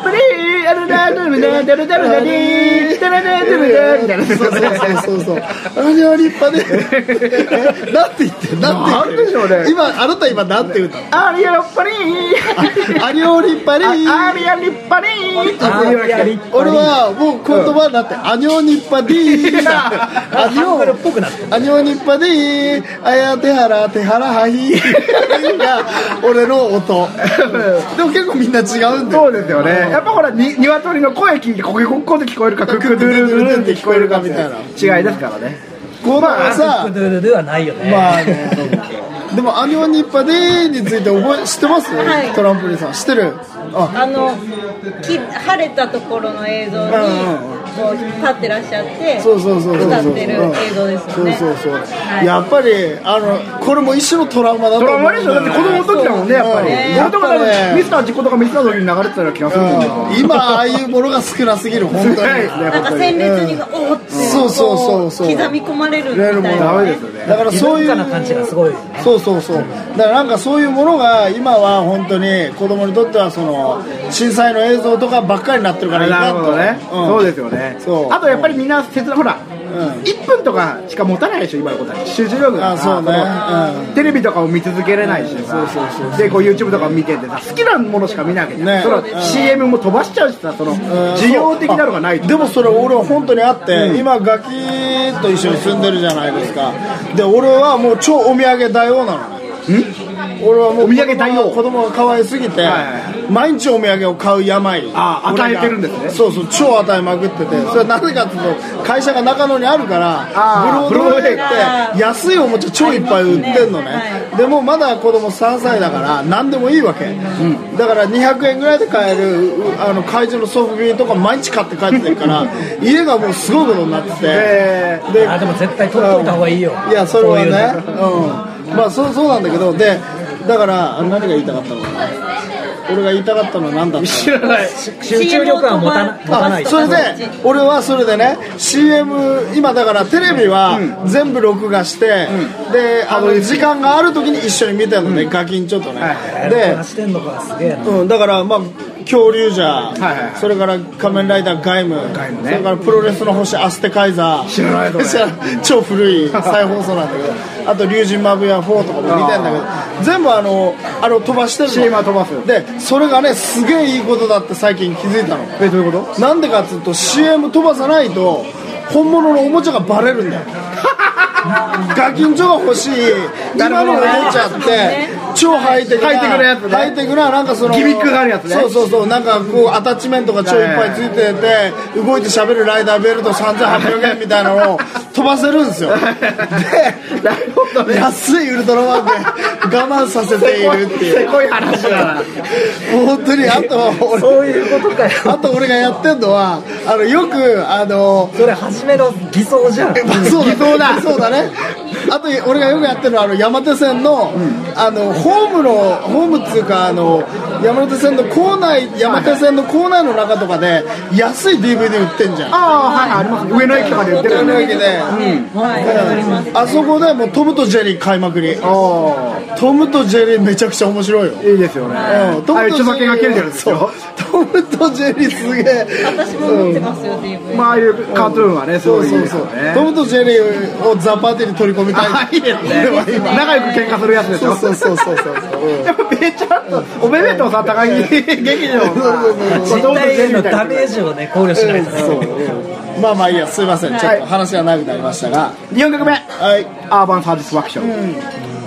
あるだるだるだるだるだりだらだるだみたいな。 そうそうそうそう。あれは立派で。なんて言ってなんて言って。 なんでしょうね。 今あなた今なんて言ったの？ ありゃやっぱり。 ありょう立派に。 ありゃ立派に。 俺はもう言葉になってあにょう立派で。 あにょうっぽくなって。 あにょう立派で。あや手原手原はひ。が俺の音。でも結構みんな違うんだよ。 そうですよね。やっぱほらに鶏の声聞いてこここで聞こえるかクックドゥルドゥルって聞こえるかみたいな違いですからね。 このさ、 クックドゥルドゥはないよね。 まあね。でもアニョンニッパデーについて覚え知ってます？はい、トランプリンさん知ってる？ あ, あのき晴れたところの映像にこう立ってらっしゃってそうそうそうそう歌ってる映像ですよね。 そうそうそう、はい、やっぱりあのこれも一種のトラウマだと思う。 トラウマでしょ。だって子供の時だもんねやっぱり。俺とか多分ミスター事故とかミスターの時に流れてたような気がするんだけど、 今ああいうものが少なすぎる本当に。 なんか鮮烈にがおーってそうそうそうそう刻み込まれるみたいな。 ダメですよね。 だからそういうな感じがすごい。 そうそうそう。だからなんかそういうものが今は本当に子供にとってはその震災の映像とかばっかりになってるからいいなと。 なるほどね、うん、そうですよね。そうあとやっぱりみんな切なほら、うん、いっぷんとかしか持たないでしょ今の子たち。集中力がそうね、 うん、テレビとかを見続けれないしさ、うん、そうそうそうでこう YouTube とか見ててさ好きなものしか見ないわけじゃん、ね、その シーエム も飛ばしちゃうしさその需要的なのがないと。 でもそれ俺は本当にあって、うん、今ガキと一緒に住んでるじゃないですか。で俺はもう超お土産大王なのね。ん俺はもうお土産大王。 子供が可愛すぎて、はいはい、毎日お土産を買う病。 ああ与えてるんですね。 そうそう超与えまくってて、それはなぜかっていうと会社が中野にあるからブロードウェイって安いおもちゃ超いっぱい売ってんのね、はい、でもまだ子供さんさいだから何でもいいわけ、うん、だからにひゃくえんぐらいで買えるあの怪獣のソフビとか毎日買って帰ってるから家がもうすごいことになってて、 であでも絶対取っといた方がいいよ。 いやそれはねうんまあそうそうなんだけど、でだから何が言いたかったのかな。俺が言いたかったのは何だったの。 知らない。 集中力は持たな、持たない。 それで俺はそれでね シーエム 今だからテレビは全部録画して、うん、であの時間がある時に一緒に見てるのね、うん、ガキンちょっとね、はい、でしてんのかすげえな、 うん、だからまあ恐竜じゃ、はいはいはい、それから仮面ライダーガイム、ガイムね、それからプロレスの星アステカイザー、 知らないとね超古い再放送なんだけどあと龍神マブヤフォーとかも見てんだけど全部あのあれを飛ばしてるの。 シーエム は飛ばす。 でそれがねすげえいいことだって最近気づいたの。 えどういうこと？ なんでかっていうと シーエム 飛ばさないと本物のおもちゃがバレるんだよガキンチョが欲しい今のおもちゃって超ハイテクなハイテクなやつね。 ハイテクななんかそのギミックがあるやつね。 そうそうそうなんかこうアタッチメントが超いっぱいついてて動いて喋るライダーベルトさんぜんはっぴゃくえんみたいなのを飛ばせるんですよ。でなるほど、ね、 安いウルトラマンで我慢させているっていうせこい話だな。もう本当にあと俺そういうことかよ。 あと俺がやってんのはあのよくあのそれ初めの偽装じゃん。 そうだそうだそうだね。あと俺がよくやってるのはあの山手線の、うん、あのホームのホームっていうかあの山手線の構内山手線の構内の中とかで安い ディーブイディー 売ってんじゃん。 ああはいあります。上野駅とかで売ってる。 上野駅で、うんはい、あそこでもうトムとジェリー買いまくり。トムとジェリーめちゃくちゃ面白いよ。 いいですよね。うん、トムとジェリーが切れてるんですよ。 トムとジェリーすげえ。 私も持ってますよ、うん、ディーブイディー。 まあああいうカートゥーンはね、そうそうそう。トムとジェリーをザ・パーティーに取り込みたい。 いいですね。仲良く喧嘩するやつでしょ。 そうそうそうそう。 やっぱめちゃおめでとうさ高木劇場。 実態へのダメージをね考慮しないとね。 まあまあいいやすいません、はい、ちょっと話が長くなりましたがにほんきょくめ、 はい、 アーバンサーティスファクション、うん、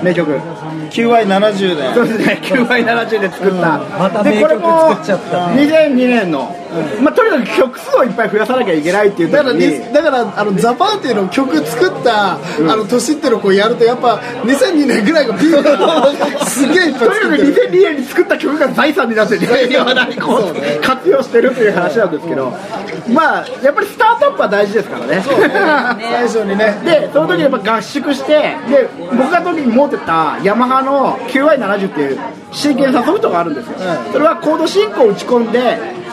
名曲キューワイななじゅう でそうですね キューワイななじゅう で作った、 うん、また名曲作っちゃった、 ね、にせんにねんの、うんまあ、とにかく曲数をいっぱい増やさなきゃいけないっていう時にだから、だからあのザ・パーティーの曲作った、うん、あの年っていうのをこうやるとやっぱにせんにねんぐらいがピークだすげえいっぱい作ってる。とにかくにせんにねんに作った曲が財産になってる今だにこう、ね、活用してるっていう話なんですけど、まあやっぱりスタートアップは大事ですからね。そうね最初にね。 でその時にやっぱ合宿してで僕が時に持ってたヤマハの キューワイななじゅう っていうシーケンサーソフトがあるんですよ、うん、それはコード進行を打ち込んで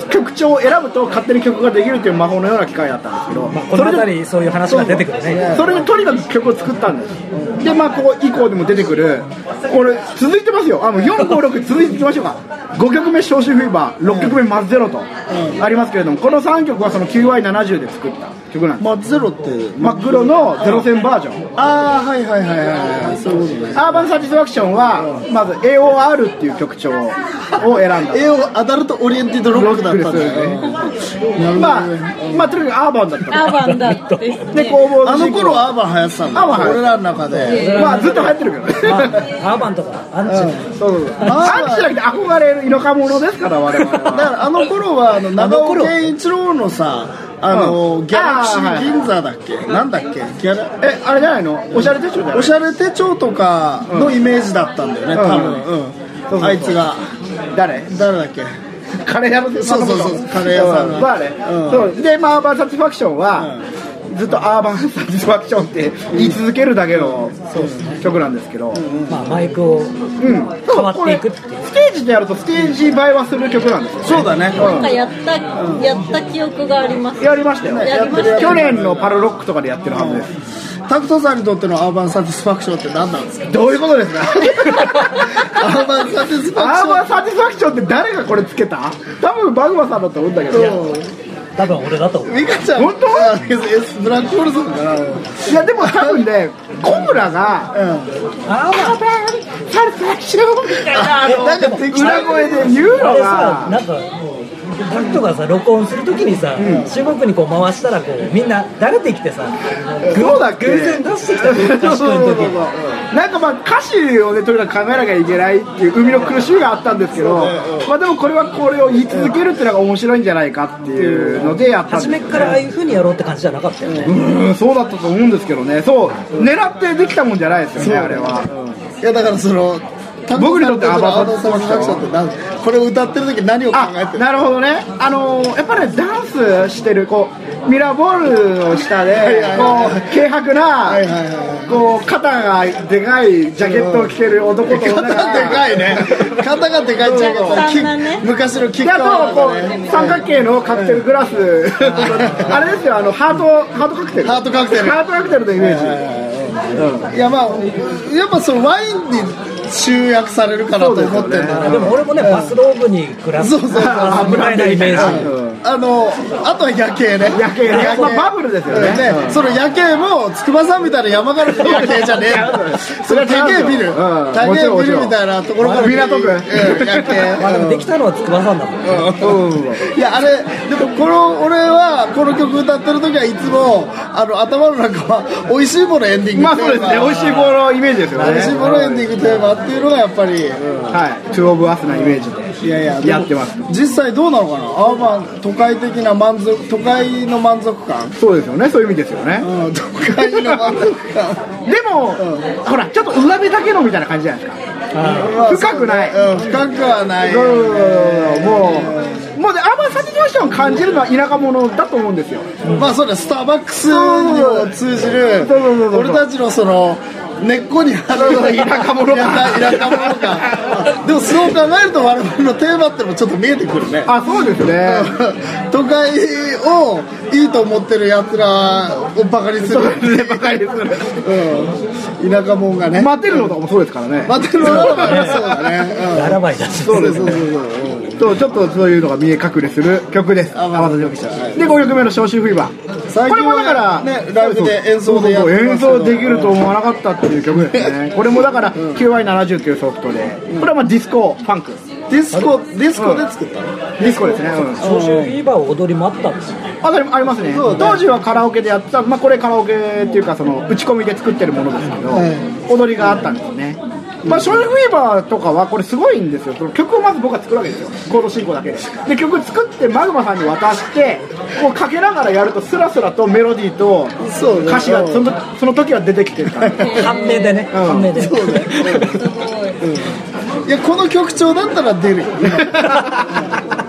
曲調を選ぶと勝手に曲ができるっていう魔法のような機械だったんですけど、 まあ、この辺りそういう話が出てくるね。 それでとにかく曲を作ったんです。でまあここ以降でも出てくるこれ続いてますよ。あのよんごろく続いていきましょうか。ごきょくめ消臭フィーバー、ろっきょくめマッゼロとありますけれども、このさんきょくはその キューアイななじゅう で作った曲なんです。 マッゼロって真っ黒のゼロ戦バージョン。 ああはいはいはいはいはい、そういうことね。 アーバンサティスファクションはまず エーオーアール っていう曲調を選んだ。 エーオー アダルトオリエンティッドロックだったんだよね。 まあまあとにかくアーバンだった。 アーバンだったですね。 で工房あの頃はアーバン流行ってたんだ。 アーバン俺らの中で。 まあずっと流行ってるけどね。 まあ、アーバンとかアンチ、 うん、そうそうそうアンチじゃなくて憧れる田舎者ですから我々は。 だからあの頃はあの長尾健一郎のさ、あの、うん、ギャラクシー銀座だっけ、はい、なんだっけギャラえあれじゃないのおしゃれ手帳じゃないおしゃれ手帳とかのイメージだったんだよね、うん、多分、うん、あいつが誰誰だっけカレー屋のそうそうそうカレー屋さんが、 うん、まあね、うん、そうで、まあ、アーバンサティスファクションは、うん、ずっとアーバンサティスファクションって言い続けるだけの、うん、曲なんですけど、 うんまあ、マイクを変わっていくっていう、 ステージでやるとステージ映えはする曲なんですよ、ね、 そうだね、 なんかやった、うん、やった記憶があります。 やりましたよ、 やりました去年のパルロックとかでやってるはずです、 うん、タクトさんにとってのアーバンサティスファクションって何なんですか。 どういうことですかアーバンサティスファクションアーバンサティスファクションって誰がこれつけた。多分バグマさんだと思うんだけど、 多分俺だと思う。 ミカちゃん本当ブラックホールさんかな。 いやでも多分ねコブラが、うん、 アーバンサティスファクションみたいななんか裏声で言うのがなんかタクトがさ録音するときにさ、うん、中国にこう回したらこうみんな慣れてきてさ、 そうだっけ偶然出してきた歌詞の時なんかまあ歌詞をねとにかく考えなきゃいけないっていう海の苦しみがあったんですけど、まあでもこれはこれを言い続けるっていうのが面白いんじゃないかっていうのでやったんです、ね、 初めからああいう風にやろうって感じじゃなかったよね。 うんそうだったと思うんですけどね。そう狙ってできたもんじゃないですよねあれは。 いやだからその僕にとってアーバンサティスファクションって何、これを歌ってる時何を考えてる。 なるほどね。あのー、やっぱり、ね、ダンスしてるこうミラーボールの下でこう軽薄なこう肩がでかいジャケットを着てる男と肩がでかいね肩がでかいジャケット、ね、昔のキッカーとこう三角形のカクテルグラスあれですよ、あのハートハートカクテルハートカクテルハートカクテルのイメージ。いやまあやっぱそのワインに集約されるかなと思ってんだけど、 でも俺もねバスローブに暮らすそうそうそう危ないなイメージ。 あのあとは夜景ね夜景ね、まあ、バブルですよね。 で、うん、その夜景も筑波山みたいな山からの夜景じゃねえそれは高いビル、うん、高いビルみたいなところから港区、うん、 夜景まあでもできたのは筑波山だもん、 うんうん、いやあれでもこの俺はこの曲歌ってる時はいつもあの頭の中は美味しいものエンディングまあそうですね、美味しいものイメージですよね。 美味しいものエンディングテーマっていうのがやっぱり、 うん、はいトゥーオブアスなイメージでいやいややってます。 実際どうなのかな、アーバン都会的な満足、都会の満足感。 そうですよね、そういう意味ですよね、 うん、都会の満足感でも、うん、ほらちょっと上辺だけのみたいな感じじゃないですか。深くない、 うん、深くはない、 うん、もうもうでアーバンサティスファクションを感じるのは田舎者だと思うんですよ、 うん、まあそれはスターバックスにも通じる俺たちのその根っこにある田舎者か田舎者かでもそう考えると我々のテーマってのもちょっと見えてくるね。 あ、そうですね都会をいいと思ってるやつらをバカにするバカにする、 うん、田舎者がね待てるのとかもそうですからね。 待てるのとかもそうだね、うん、 ララバイだしそうですそうそうそうちょっとそういうのが見え隠れする曲です。 あ、まあ、でごきょくめの消臭フィーバー、これもだからねライブで演奏でやって演奏できると思わなかったっていう曲ですねこれもだから キューアイななじゅう っていうソフトで、これはまあディスコファンクディスコディスコで作ったの、 ディスコですね。 消臭フィーバーを踊りもあったんですよ。 ありますね。当時はカラオケでやってた、まあこれカラオケっていうかその打ち込みで作ってるものですけど、踊りがあったんですね。まあ、ショーフィーバーとかはこれすごいんですよ。その曲をまず僕が作るわけですよ、コード進行だけで。で曲作ってマグマさんに渡してこうかけながらやるとスラスラとメロディーと歌詞がその、その時は出てきてるから判明でね、判明で、そうねいやこの曲調だったら出るよね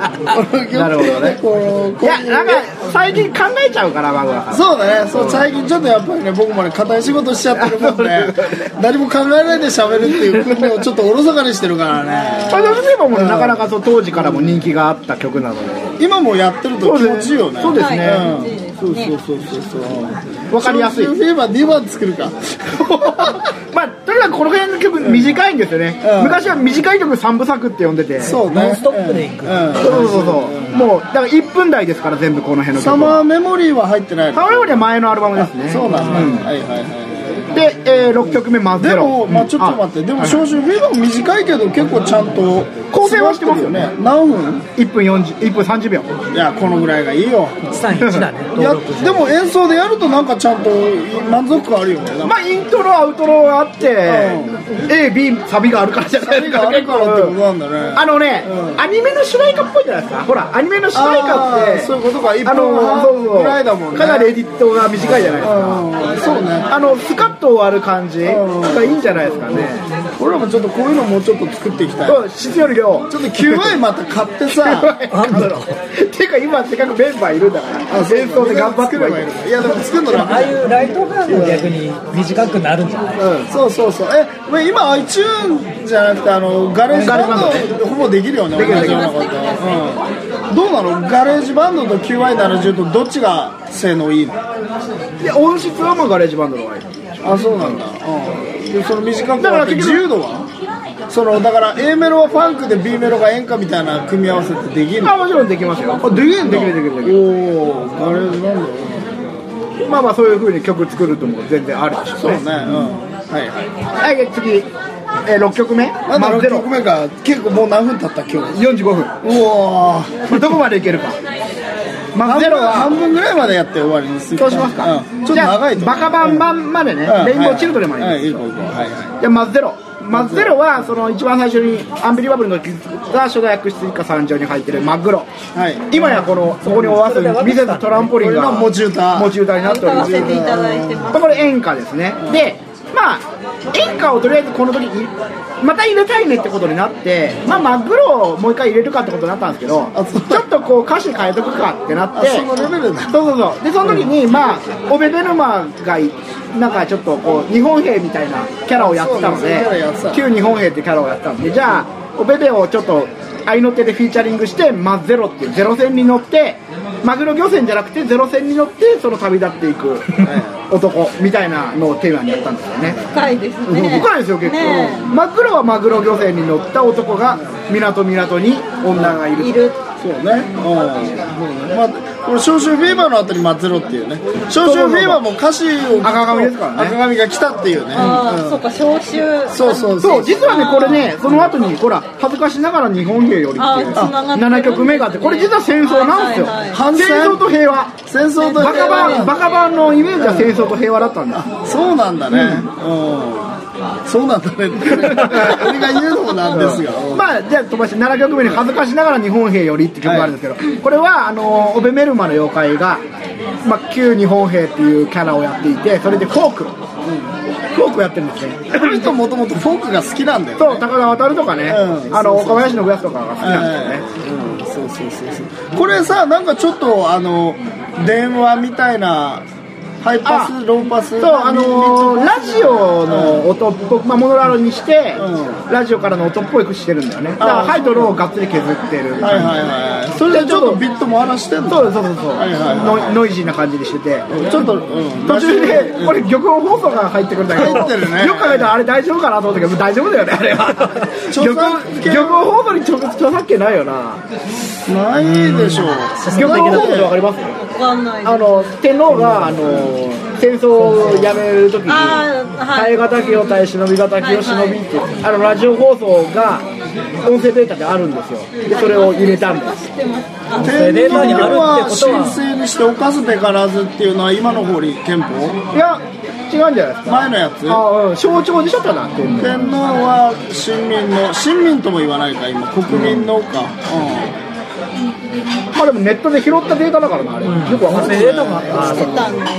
なるほどね。いやなんか最近考えちゃうから僕は。 そうだね。そう最近ちょっとやっぱりね僕もね硬い仕事しちゃってるもんで何も考えないで喋るっていう訓練をちょっとおろそかにしてるからね。 それでもなかなかそう当時からも人気があった曲なので今もやってると気持ちいいよね。 そうですね。 そうそうそうそうそうわかりやすい。 フィーバーにばん作るか。 まあとにかくこの辺の曲短いんですよね。昔は短い曲三部作って呼んでて。 そうね。 ノンストップでいく。 そうそうそう。もうだからいっぷん台ですから全部この辺の曲。 サマーメモリーは入ってない。 サマーメモリーは前のアルバムですね。 そうなんだ。はいはいはい。 で、えー、ろっきょくめマゼロ。 でも、まあちょっと待って、でも消臭フィーバーも短いけど結構ちゃんと構成はしてますよね。 何分 ? いっぷんよんじゅう、いっぷんさんじゅうびょう。 いや、このぐらいがいいよ。 さんいちだね。 いや、でも演奏でやるとなんかちゃんと満足感あるよね。 まあイントロ、アウトロがあって、うん、A、B、サビがあるからじゃないですか。 サビがあるからってことなんだね。 あのね、うん、アニメの主題歌っぽいじゃないですか。ほら、アニメの主題歌って、 そういうことか、いっぷんあのはんぐらいだもんね。 かなりエディットが短いじゃないですか。 うん、そうね。 あの、スカッと終わる感じがいいんじゃないですかね。 俺らもちょっとこういうのもうちょっと作っていきたい。 そう、質より量。 ちょっときゅうまいまた買ってさ。 なんだろう。てか今せっかくメンバーいるんだから、演奏で頑張ってればいい。 いやでも作るの楽。 ああいうライトガンも逆に短くなるんじゃない？ うん、そうそうそう。え、今 iTunes じゃなくてあのガレージバンドほぼできるよね。 できるできる。 うん。どうなの？ガレージバンドと キューワイななじゅう とどっちが性能いいの？ いや音質はまあガレージバンドの方がいい。 あ、そうなんだ。うん。でその短くなって自由度は？そのだから A メロはファンクで B メロが演歌みたいな組み合わせってできるの？ あ、もちろんできますよ。 あ、できるんだ。 できるできるできる。 おー、ガレージバンド。 まあまあそういう風に曲作るとも全然あるでしょうね。 そうね。うん。はいはい。 はい、次、えー、ろっきょくめ。 まだろっきょくめか。結構もう何分経った今日？ よんじゅうごふん。 うわー。 どこまでいけるか。まあゼロは半分ぐらいまでやって終わりにする。 そうしますか。 うん、ちょっと長いと。 バカバンバンまでね。レインボーチルドレンまで。 はい、いいこういこう。はいはい。 じゃあまずゼロ。まずゼロはその一番最初にアンビリバブルの曲が初代悪質以下三条に入ってるマグロ、はい、今やこのそこにおわすミセストランポリンが持ち歌持ち歌になっております。 歌わせていただいてます。 これ演歌ですね。でまあ演歌をとりあえずこの時にまた入れたいねってことになって、まあマグロをもう一回入れるかってことになったんですけど、ちょっとこう歌詞変えとくかってなって、 そのレベルだ。 そうそうそう。でその時にまあオベベルマがなんかちょっとこう日本兵みたいなキャラをやってたので、旧日本兵ってキャラをやってたんで、じゃあオベベをちょっと合いの手でフィーチャリングしてマゼロっていうゼロ戦に乗ってマグロ漁船じゃなくてゼロ戦に乗ってその旅立っていく男みたいなのをテーマにやったんですよね。 深いですね。 深いですよ結構、ね、マグロはマグロ漁船に乗った男が港港に女がいる。 いる。 そうね。うん。まあこれ消臭フィーバーの後にマゼロっていうね。消臭フィーバーも歌詞を赤髪ですからね。 赤髪が来たっていうね。 ああ、そうか消臭。 そうそうそう。実はねこれねその後にほら恥ずかしながら日本兵よりっていうななきょくめがあってこれ実は戦争なんですよ。反戦争と平和。 戦争とバカバンバカバンのイメージは戦争と平和だったんだ。 そうなんだね。うん。そうなんだね。俺が言うのもなんですが。 まあじゃあ飛ばしてななきょくめに恥ずかしながら日本兵よりって曲があるんですけど、これはあのオベメルマの妖怪がまあ旧日本兵っていうキャラをやっていて、それでフォーク。フォークやってるんですね。 この人もともとフォークが好きなんだよね。 そう、高田渡とかね、うん、あの岡林のグラスとかが好きなんですよね。 うん、そうそうそうそう。これさ、なんかちょっとあの電話みたいなハイパス、ローパス。 そう、あのー、ラジオの音っぽく、まあ、モノラルにして、うん、ラジオからの音っぽくしてるんだよね。だからハイとローをがっつり削ってる。 はいはいはい。それでちょっとビットも荒らしてんの。 そうそうそうそう、 はいはいはい、 ノ, ノイジーな感じにしてて、 ちょっと、うん、 途中でこれ玉音放送が入ってくるんだけど、 入ってるね、 よく考えたらあれ大丈夫かなと思ったけど大丈夫だよねあれは。玉音放送に著作権ないよな。 ないでしょう。 玉音放送でわかります？ わかんない。 あの天皇があの戦争をやめるときに耐え難きを耐え忍び難きを忍びっていう、はいはい、あのラジオ放送が音声データであるんですよ。でそれを入れたんです。 天皇は神聖にして犯すべからずっていうのは今の法律憲法？ いや違うんじゃないですか。 前のやつ？ あ、うん、象徴でしょただ。 天皇は市民の市民とも言わないか今国民のか。うん。 まあでもネットで拾ったデータだからなあれ、うん、よくわかんないデータがあしてたんです、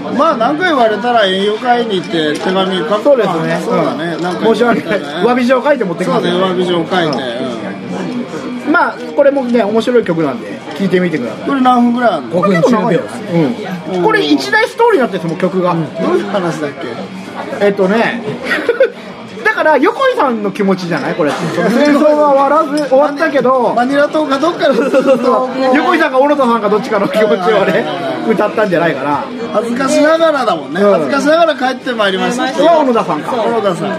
うん、まあ何回言われたら栄養会に行って手紙書く。 そうですね、 そうだね、 なんか申し訳ない、詫び状書いて持ってきます。 そうね、詫び状書いて、 うん、ままあこれもね面白い曲なんで聴いてみてください。 これ何分ぐらいあるの？ ごふんじゅうびょう、 うん、これ一大ストーリーになってるんですも曲が、うん、 どういう話だっけ？ えっとねだから横井さんの気持ちじゃないこれ戦争は終わらず終わったけどマニラ島かどっかの横井さんか小野田さんかどっちかの気持ちをね歌ったんじゃないかな。 恥ずかしながらだもんね、うん、恥ずかしながら帰ってまいりました。 小野田さんか小野田さん、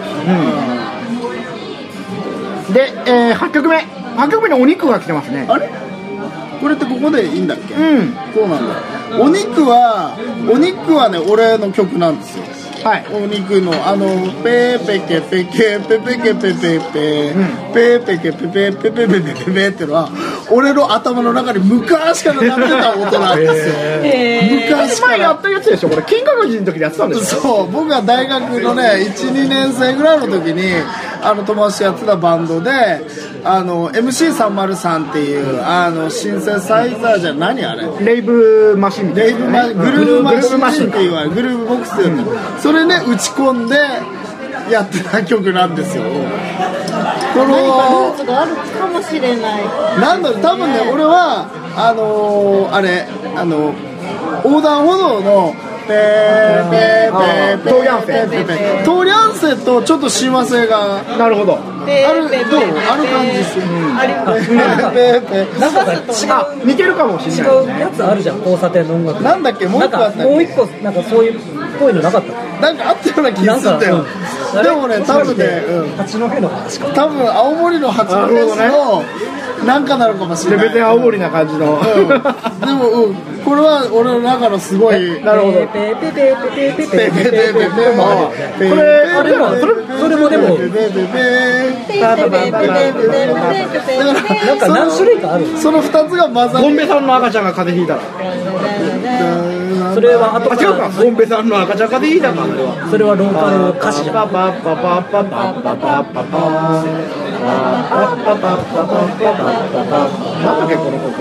うん、で、えー、はちきょくめはちきょくめにお肉が来てますね。 あれこれってここでいいんだっけ？ うんそうなんだ。お肉はお肉はね俺の曲なんですよ。 はい、 お肉のあのペーペケペケペペケペペペペペケペペペペペペペペってのは俺の頭の中に昔から鳴ってた音なんですよ。 昔から前やったやつでしょこれ。金閣寺の時にやってたんですよ。 そう僕が大学のね いちにねんせいぐらいの時にあの友達とやってたバンドであの エムシーさんまるさん っていうあのシンセサイザーじゃ何あれレイブマシンみたいな、ね、 レイブマグルーブマシンっていうわグルーブボックスっていうの、うん、それね打ち込んでやってた曲なんですよ。この何かルーツがあるかもしれない。 なんだろう多分ね俺はあのー、あれあの横断歩道のペーペーペートーリャンセトーリャンセとちょっと親和性がなるほどあるどうある感じですよ。 あります。 なんか違う似てるかもしれない。違うやつあるじゃん交差点の音楽。 なんだっけもう一個あったっけ？ もう一個なんかそういうっぽいのなかった？ なんかあったような気がするんだよ。でもね多分ね八戸の話か。 多分青森の八戸のなんかなるかもしれない。 別に青森な感じの。 でもうんこれは俺の中のすごいなるほど。 ペペペペペペペペペペペペこれあれもそれそれもでもなんか何種類かある。 その二つが混ざる。 ボンベさんの赤ちゃんが風邪ひいたら。 それは後から違うか。ボンベさんの赤ちゃん風邪ひいたか。 それはローカル歌詞じゃん。 パパパパパパパパパパなんだっけこの曲。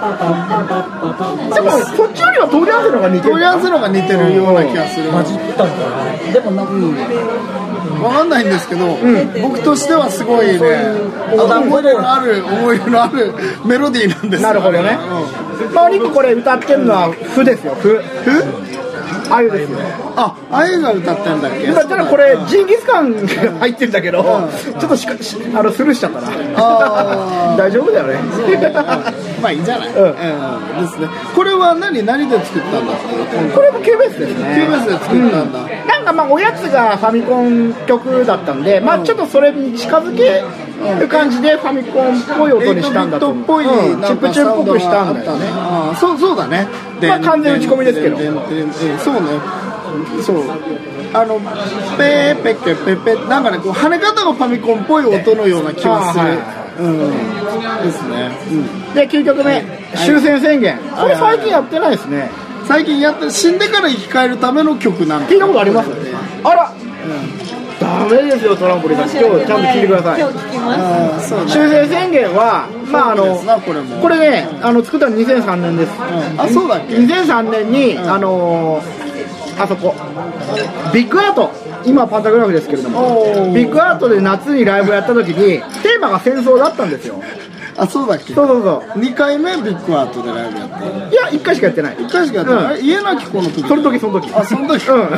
でもこっちよりはトーリャンセの方が似てる。 トーリャンセの方が似てるような気がする。 混じったんだね。でもなんかわかんないんですけど、僕としてはすごいね思い入れのある思い入れのあるメロディーなんです。 なるほどね。まあお肉これ歌ってるのはフですよ。フフあゆですよ。 あ、あゆが歌ってんだっけ。 だったらこれジンギスカン入ってるんだけど、ちょっとしかしあのスルーしちゃったな。大丈夫だよね。 まあいいんじゃない。うんですね。これは何何で作ったんだ。 これもキューベースですね。 キューベースで作ったんだ。 なんかまあおやつがファミコン曲だったんで、まあちょっとそれに近づける感じでファミコンっぽい音にしたんだと思う。 チップチューンっぽくしたんだよね。 そうそうだね。 まあ完全打ち込みですけど。 そうね。そうあのペーペッケペペなんかねこう跳ね方がファミコンっぽい音のような気がする。うんですね。 できゅうきょくめ終戦宣言。これ最近やってないですね。 最近やって死んでから生き返るための曲なん聞いたことあります？あら。ダメですよトランポリンさん。今日ちゃんと聞いてください。 今日聞きます。 終戦宣言はまああのこれねあの作ったのにせんさんねんです。 あそうだっけ。 にせんさんねんにあのあそこビッグアート今パンタグラフですけれどもビッグアートで夏にライブやった時にテーマが戦争だったんですよ。 あそうだっけ。 そうそうそうにかいめビッグアートでライブやった。 いやいっかいしかやってない。 いっかいしかやってない。家なき子の時。 その時その時あその時。 うん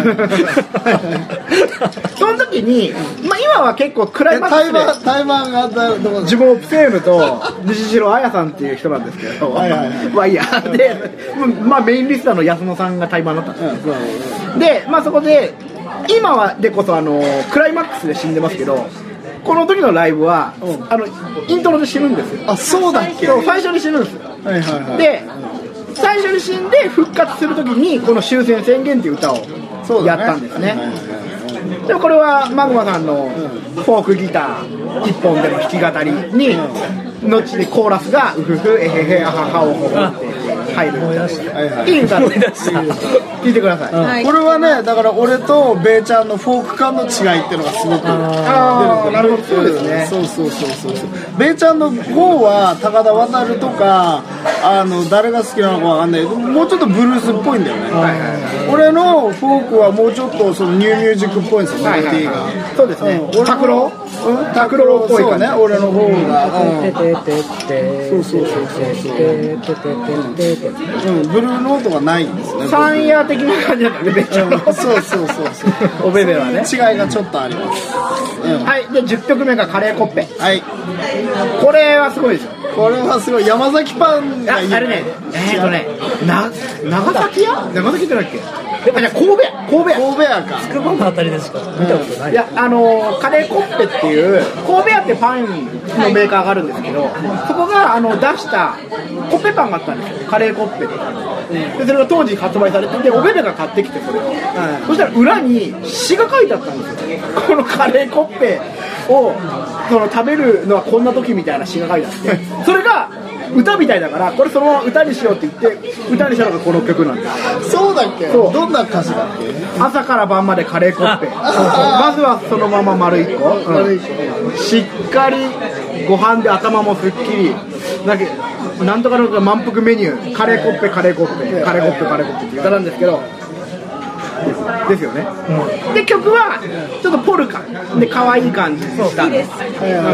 その時にまあ今は結構クライマックスで対バンがあった自分をプセームと西城彩さんっていう人なんですけどまあいいやでまあメインリスターの安野さんが対バンだったんですでまあそこで今はでこそあのクライマックスで死んでますけどこの時のライブは、うん、あのイントロで死ぬんですよ。 あそうだっけ。 そう最初に死ぬんですよ。 はいはいはい、 で最初に死んで復活する時にこの終戦宣言っていう歌をやったんですね。でもこれはマグマさんのフォークギター一本での弾き語りに後でコーラスがウフフエヘヘアハハオホホって入るいい歌です聞いてください、 はい、これはねだから俺とベイちゃんのフォーク感の違いっていうのがすごくああなるほどそうですね。 そうそうそうそうそうベイちゃんの方は高田渡るとかあの誰が好きなのかわかんないけど、もうちょっとブルースっぽいんだよね。俺のフォークはもうちょっとそのニューミュージックっぽいんですよ、メロディーが。 そうですね。拓郎拓郎っぽいかね、俺の方が。そうそうそうそう。ブルーノートがないんですね。 サンヤ的な感じだったね、めっちゃ。 そうそうそうそう。 おべべはね。 違いがちょっとあります。 はい、でじゅっきょくめがカレーコッペ。 はい。 これはすごいですよ。 これはすごい。山崎パンがいい。 あれね、えっとね、な長崎屋？長崎ってなんだっけ？あ、じゃ神戸屋。神戸屋。 神戸屋か。 つくばのあたりでしか見たことない。 いや、あのカレーコッペっていう神戸屋ってパンのメーカーがあるんですけど、そこがあの出したコッペパンがあったんですよ。カレーコッペって。でそれが当時発売されてて、おべべが買ってきてそれを、はい、そしたら裏に詩が書いてあったんですよ。このカレーコッペをその食べるのはこんな時みたいな詩が書いてあって、それが歌みたいだから、これそのまま歌にしようって言って歌にしたのがこの曲なんです。 そうだっけ？そう。どんな歌詞だっけ？ 朝から晩までカレーコッペ。まずはそのまま丸一個、うん、しっかりご飯で頭もすっきりだけなんとかの満腹メニュー、カレーコッペカレーコッペカレーコッペカレーコッペって歌なんですけど、ですよね、うん、で曲はちょっとポルカで可愛い感じしたんです。カ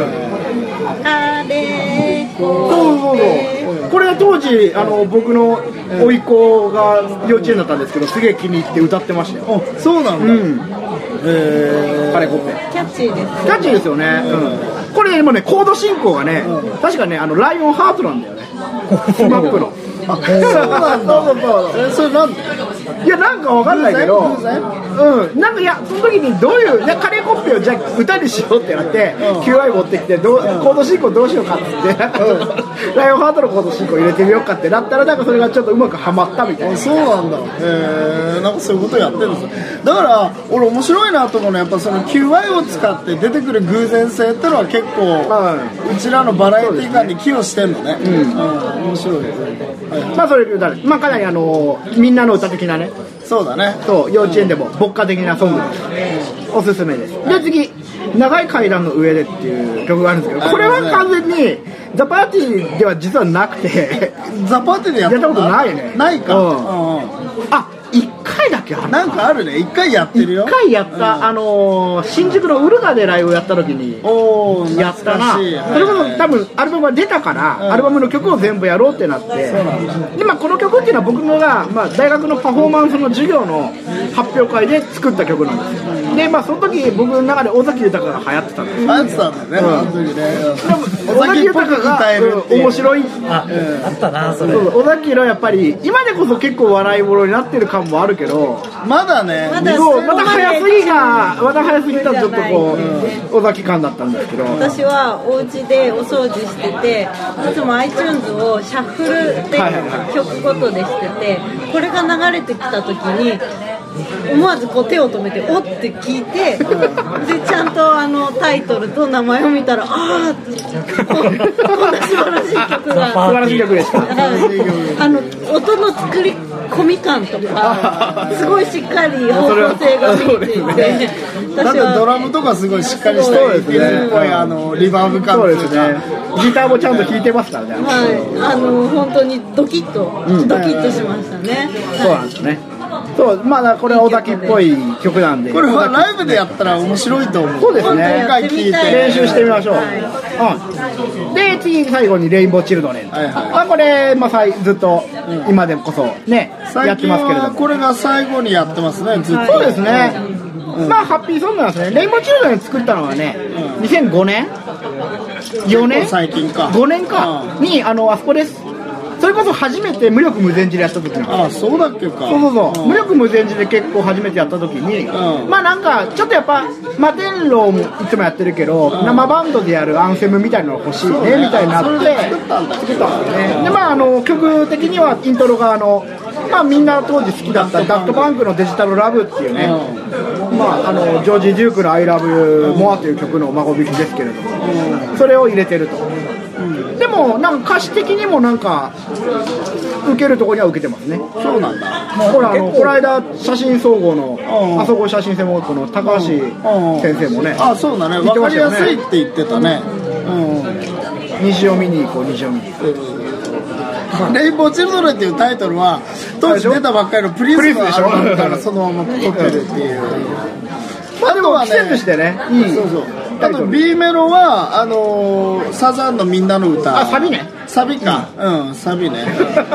レーコッペ、そうそうそう、これは当時あの僕の甥っ子が幼稚園だったんですけど、すげえ気に入って歌ってましたよ。 あ、そうなんだ、うん、えー、 カレーコッペキャッチーです。 キャッチーですよね、うん、これでもねコード進行がね、うん、確かねあのライオンハートなんだよねスマップの。 あ、そうなんだ。そうそうそう。え、それなんで？ いや、なんかわかんないけど、うん、なんかいや、その時にどういう、いやカレーコッペをじゃあ歌にしようってなって、うん、キューアイ 持ってきてどう、うん、コード進行どうしようかって言って、うん、ライオンハートのコード進行入れてみようかってなったら、なんかそれがちょっとうまくはまったみたいな。 そうなんだ。へえー、なんかそういうことやってるんですよ。だから俺面白いなと思うのはやっぱその キューアイ を使って出てくる偶然性ってのは結構、うん、うちらのバラエティ感に寄与してんのね。うん、うん、面白いですね。はい、 まあそれで歌で、まあかなりあのみんなの歌的なね。 そうだね。 そう幼稚園でも牧歌的なソングです。おすすめです。で次長い階段の上でっていう曲があるんですけど、これは完全にザ・パーティーでは実はなくてザ・パーティーでやったことないね。 ないか、うんうん、 あ、いっかいだっけ？ なんかあるね。いっかいやってるよ。 いっかいやった、うん、あのー、新宿のウルガでライブをやった時にやったな。それこそ多分アルバムが出たから、うん、アルバムの曲を全部やろうってなって、で、まあ、この曲っていうのは僕のが、まあ、大学のパフォーマンスの授業の発表会で作った曲なんですよ。で、まあ、その時僕の中で尾崎豊が流行ってたんですよ。 流行ってたんだよね、うん、あの時ね。 尾崎豊が面白い。 あ、うん、あったなそれ。 そう、尾崎のやっぱり今でこそ結構笑い物になってる感もあるけど、 まだね、 まだそうまた早すぎがまた早すぎたらちょっとこう、うん、尾崎感だったんですけど、 私はお家でお掃除してて、いつも iTunes をシャッフルで曲ごとでしてて、これが流れてきた時に思わずこう手を止めておって聞いて、でちゃんとあのタイトルと名前を見たら、ああこんな素晴らしい曲が素晴らしい曲でした。 あの音の作り込み感とかすごいしっかり方向性が見えていて、 だってドラムとかすごいしっかりしたエイティーズっぽいあのリバーブ感とか、 そうですね、ギターもちゃんと弾いてますからね。 はい、あの本当にドキッと、うん、ドキッとしましたね。 そうなんですね。そう、まあこれは尾崎っぽい曲なんで、 これはライブでやったら面白いと思う。 そうですね、 一回聞いて練習してみましょう、はい、うん、で次最後にレインボーチルドレン、はいはい、まあ、これ、まあ、ずっと今でこそね、うん、やってますけれども、 これが最後にやってますね、ずっと。 そうですね、うん、まあハッピーソングなんですね。レインボーチルドレン作ったのはね、うん、にせんごねんよねん最近かごねんかに、あのあそこです。それこそ初めて無力無前寺でやった時の、 ああ、そうだっけか。 そうそうそう、うん、無力無前寺で結構初めてやった時に、うん、まあなんかちょっとやっぱ摩天楼もいつもやってるけど、うん、生バンドでやるアンセムみたいなのが欲しいね、ねみたいになって作ったんだ作ったんですよね。で、まああの曲的にはイントロがあの、まあ、みんな当時好きだったダフトパンクのデジタルラブっていうね、うん、まああのジョージ・デュークの I Love You More という曲の孫引きですけれども、うん、それを入れてると。でもなんか歌詞的にもなんか受けるところには受けてますね。 そうなんだ。 ほらあのこの間写真総合のあそこ写真専門校の高橋先生もね、 あ、そうだね、分かりやすいって言ってたね。 うん、虹を見に行こう、虹を見に行こう。 レインボーチルドレンっていうタイトルは当時出たばっかりのプリンスのアルバムからそのまま撮ってるっていう。 まあでも季節してね、いい。そうそう。 あと B メロはあのー、サザンのみんなの歌。 あ、サビね。 サビか。うん、うん、サビね。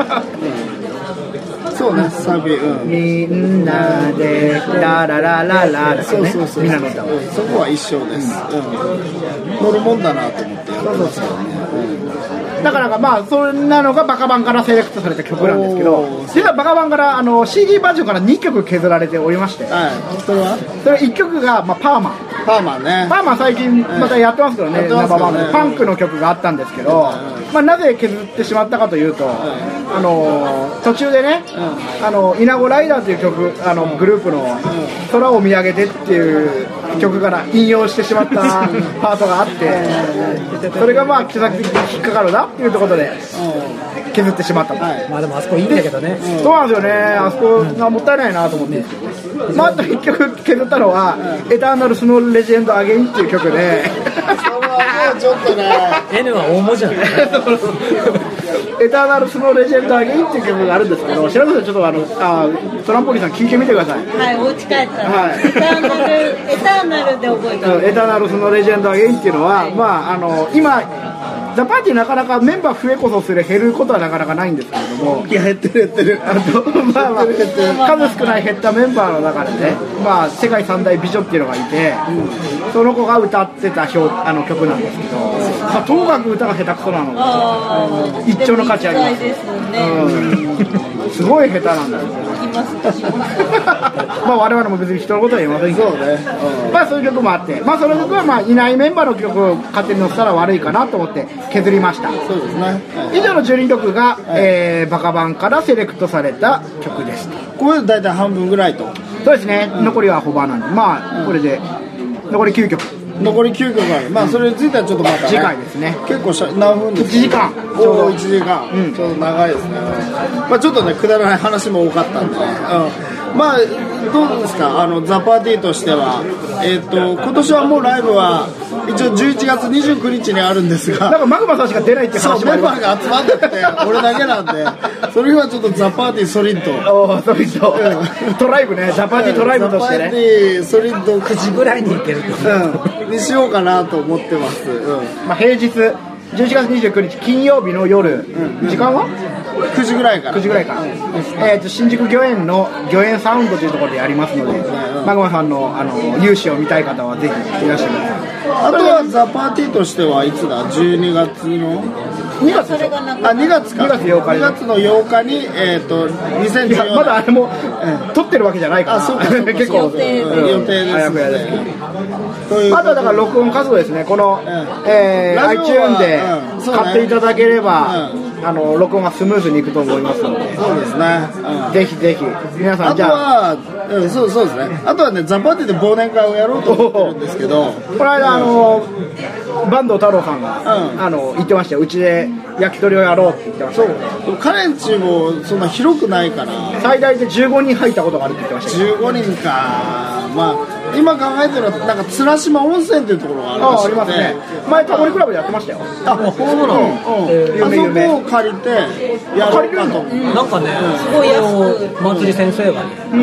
うん、そうね、サビ。うん。 みんなでララララララ。 そうそうそう。 みんなの歌は。 そこは一緒です。うん。乗るもんだなと思ってやってますからね。 だからまあそんなのがバカバンからセレクトされた曲なんですけど、実はバカバンからあの シーディー バージョンからにきょく削られておりまして、 はい、それはそれいっきょくが、まあ、パーマパーマねパーマ最近またやってますけどね、生バンドでパンクの曲があったんですけど、まあ、なぜ削ってしまったかというと、あの途中でね、あのイナゴライダーという曲あのグループの「空を見上げて」っていう曲から引用してしまったパートがあってそれがまあ著作的に引っかかるなっていうところで削ってしまったと、はい、 まあでもあそこいいんだけどね、 そうなんですよね、あそこがもったいないなと思って、まあ、あといっきょく削ったのは「エターナルスノーレジェンドアゲイン」っていう曲でちょっとね N は大文字なんだねエターナルスノーレジェンドアゲインっていう曲があるんですけど、白田さんちょっとあのあトランポリンさん聞いてみてください。 はい、お家帰ったら、はい、エターナルエターナルで覚えたエターナルスノーレジェンドアゲインっていうのは、まああの今ザ・パーティーなかなかメンバー増えこそする減ることはなかなかないんですけれども、 いや減ってる減ってるあと、まあまあ、数少ない減ったメンバーの中でね、まあ、世界三大美女っていうのがいて、うん、その子が歌ってた表あの曲なんですけど、まあ、ともかく歌が下手くそなので一丁の価値あります。 ですね、 うん、すごい下手なんだよまあ我々も別に人のことは言いませんけど、そうね、うん、まあそういう曲もあって、まあその曲はまあいないメンバーの曲を勝手に乗せたら悪いかなと思って削りました。 そうですね、はい、 以上のじゅうにきょくが、はい、えー、バカバンからセレクトされた曲です。 これ大体半分ぐらいと。 そうですね、うん、残りはホバーなんで、まあ、うん、これで残りきゅうきょく、 残りきゅうきょくある。まあそれについてはちょっとまた、ね、 次回ですね。 結構しゃ何分ですか。 いちじかんちょうどいちじかん、うん、ちょうど長いですね。まあちょっとねくだらない話も多かったんでね、うん、まあどうですか、あのザ・パーティーとしては、えー、と今年はもうライブは一応じゅういちがつにじゅうくにちにあるんですが、 なんかマグマさんしか出ないっていう話もあります。 そうメンバーが集まんなくて俺だけなんでそれはちょっとザ・パーティーソリッドおソリッド、うん、トライブね、ザ・パーティートライブとしてね、 ザ・パーティーソリッドくじぐらいに行けると、 うん、にしようかなと思ってます、うん、 まあ平日じゅういちがつにじゅうくにち金曜日の夜、うん、時間はくじぐらいからくじぐらいから、うん、えー、と新宿御苑の御苑サウンドというところでやりますので、うん、マグマさんのあの勇姿を見たい方はぜひいらっしゃいください。 あとはザ・パーティーとしてはいつだ、じゅうにがつのにがつそれがなあにがつかにがつようかにがつのようかに、えー、とにせんじゅうよねんまだあれも、うん、撮ってるわけじゃないから、 あそうかそうか結構予定、 うん、予定ですね。 あとはだから録音活動ですね、この、うん、えー、iTunes で買っていただければ、うん、あの録音がスムーズにいくと思いますので、 そうですね、うん、 ぜひぜひ皆さん、 あとは、うん、そうそうですね、あとはねザ・パーティーで忘年会をやろうと思ってるんですけど、 この間あの坂東太郎さんが、うん、あの言ってましたよ、うちで焼き鳥をやろうって言ってました。 そう彼んちもそんな広くないから最大でじゅうごにん入ったことがあるって言ってました。 じゅうごにんか、まあ今考えてるのはなんか綱島温泉っていうところがあるらしくて、 あありますね、前タモリクラブでやってましたよ。 あ、そうなの、うんうん、あそこを借りてやろうかと。 なんかね、すごい安く松井先生がね、うん、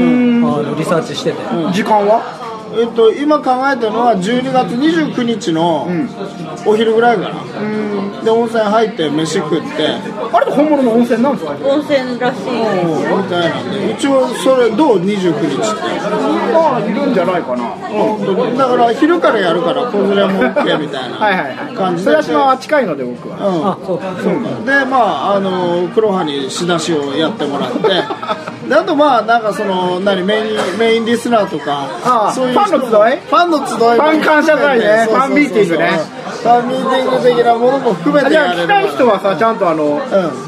あのリサーチしてて、 うん、時間はえっと、今考えてるのはじゅうにがつにじゅうくにちのお昼ぐらいかな、うん、で温泉入って飯食って、 あれって本物の温泉なんですか。 温泉らしいみたいなんで、一応それどうにじゅうくにちってまあいるんじゃないかな、 うん、だから昼からやるから子連れも OK みたいな感じで、 菅島は近いので僕は、 うん、あそうそうでまああの黒羽に仕出しをやってもらってであとまあなんかその何メインメインリスナーとかあそういうファンの集いファンの集いファン感謝祭ね、ファンミーティングね、 ファンミーティング的なものも含めてやれる。 じゃあ来たい人はさちゃんとあの、うん、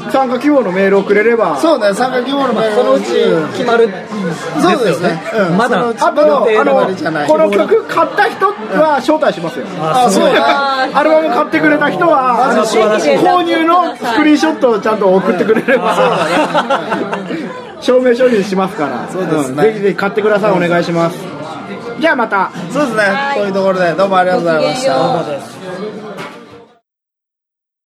参加希望のメールをくれれば、 そうね、参加希望のメールそのうち決まる、 そうですね、 うん、まだあとあのこの曲買った人は招待しますよ。 あ、そうね、 アルバム買ってくれた人は購入のスクリーンショットをちゃんと送ってくれれば、証明書にしますから、 そうですね、 ぜひぜひ買ってください、お願いします。じゃあまた。 そうですね、こういうところでどうもありがとうございました。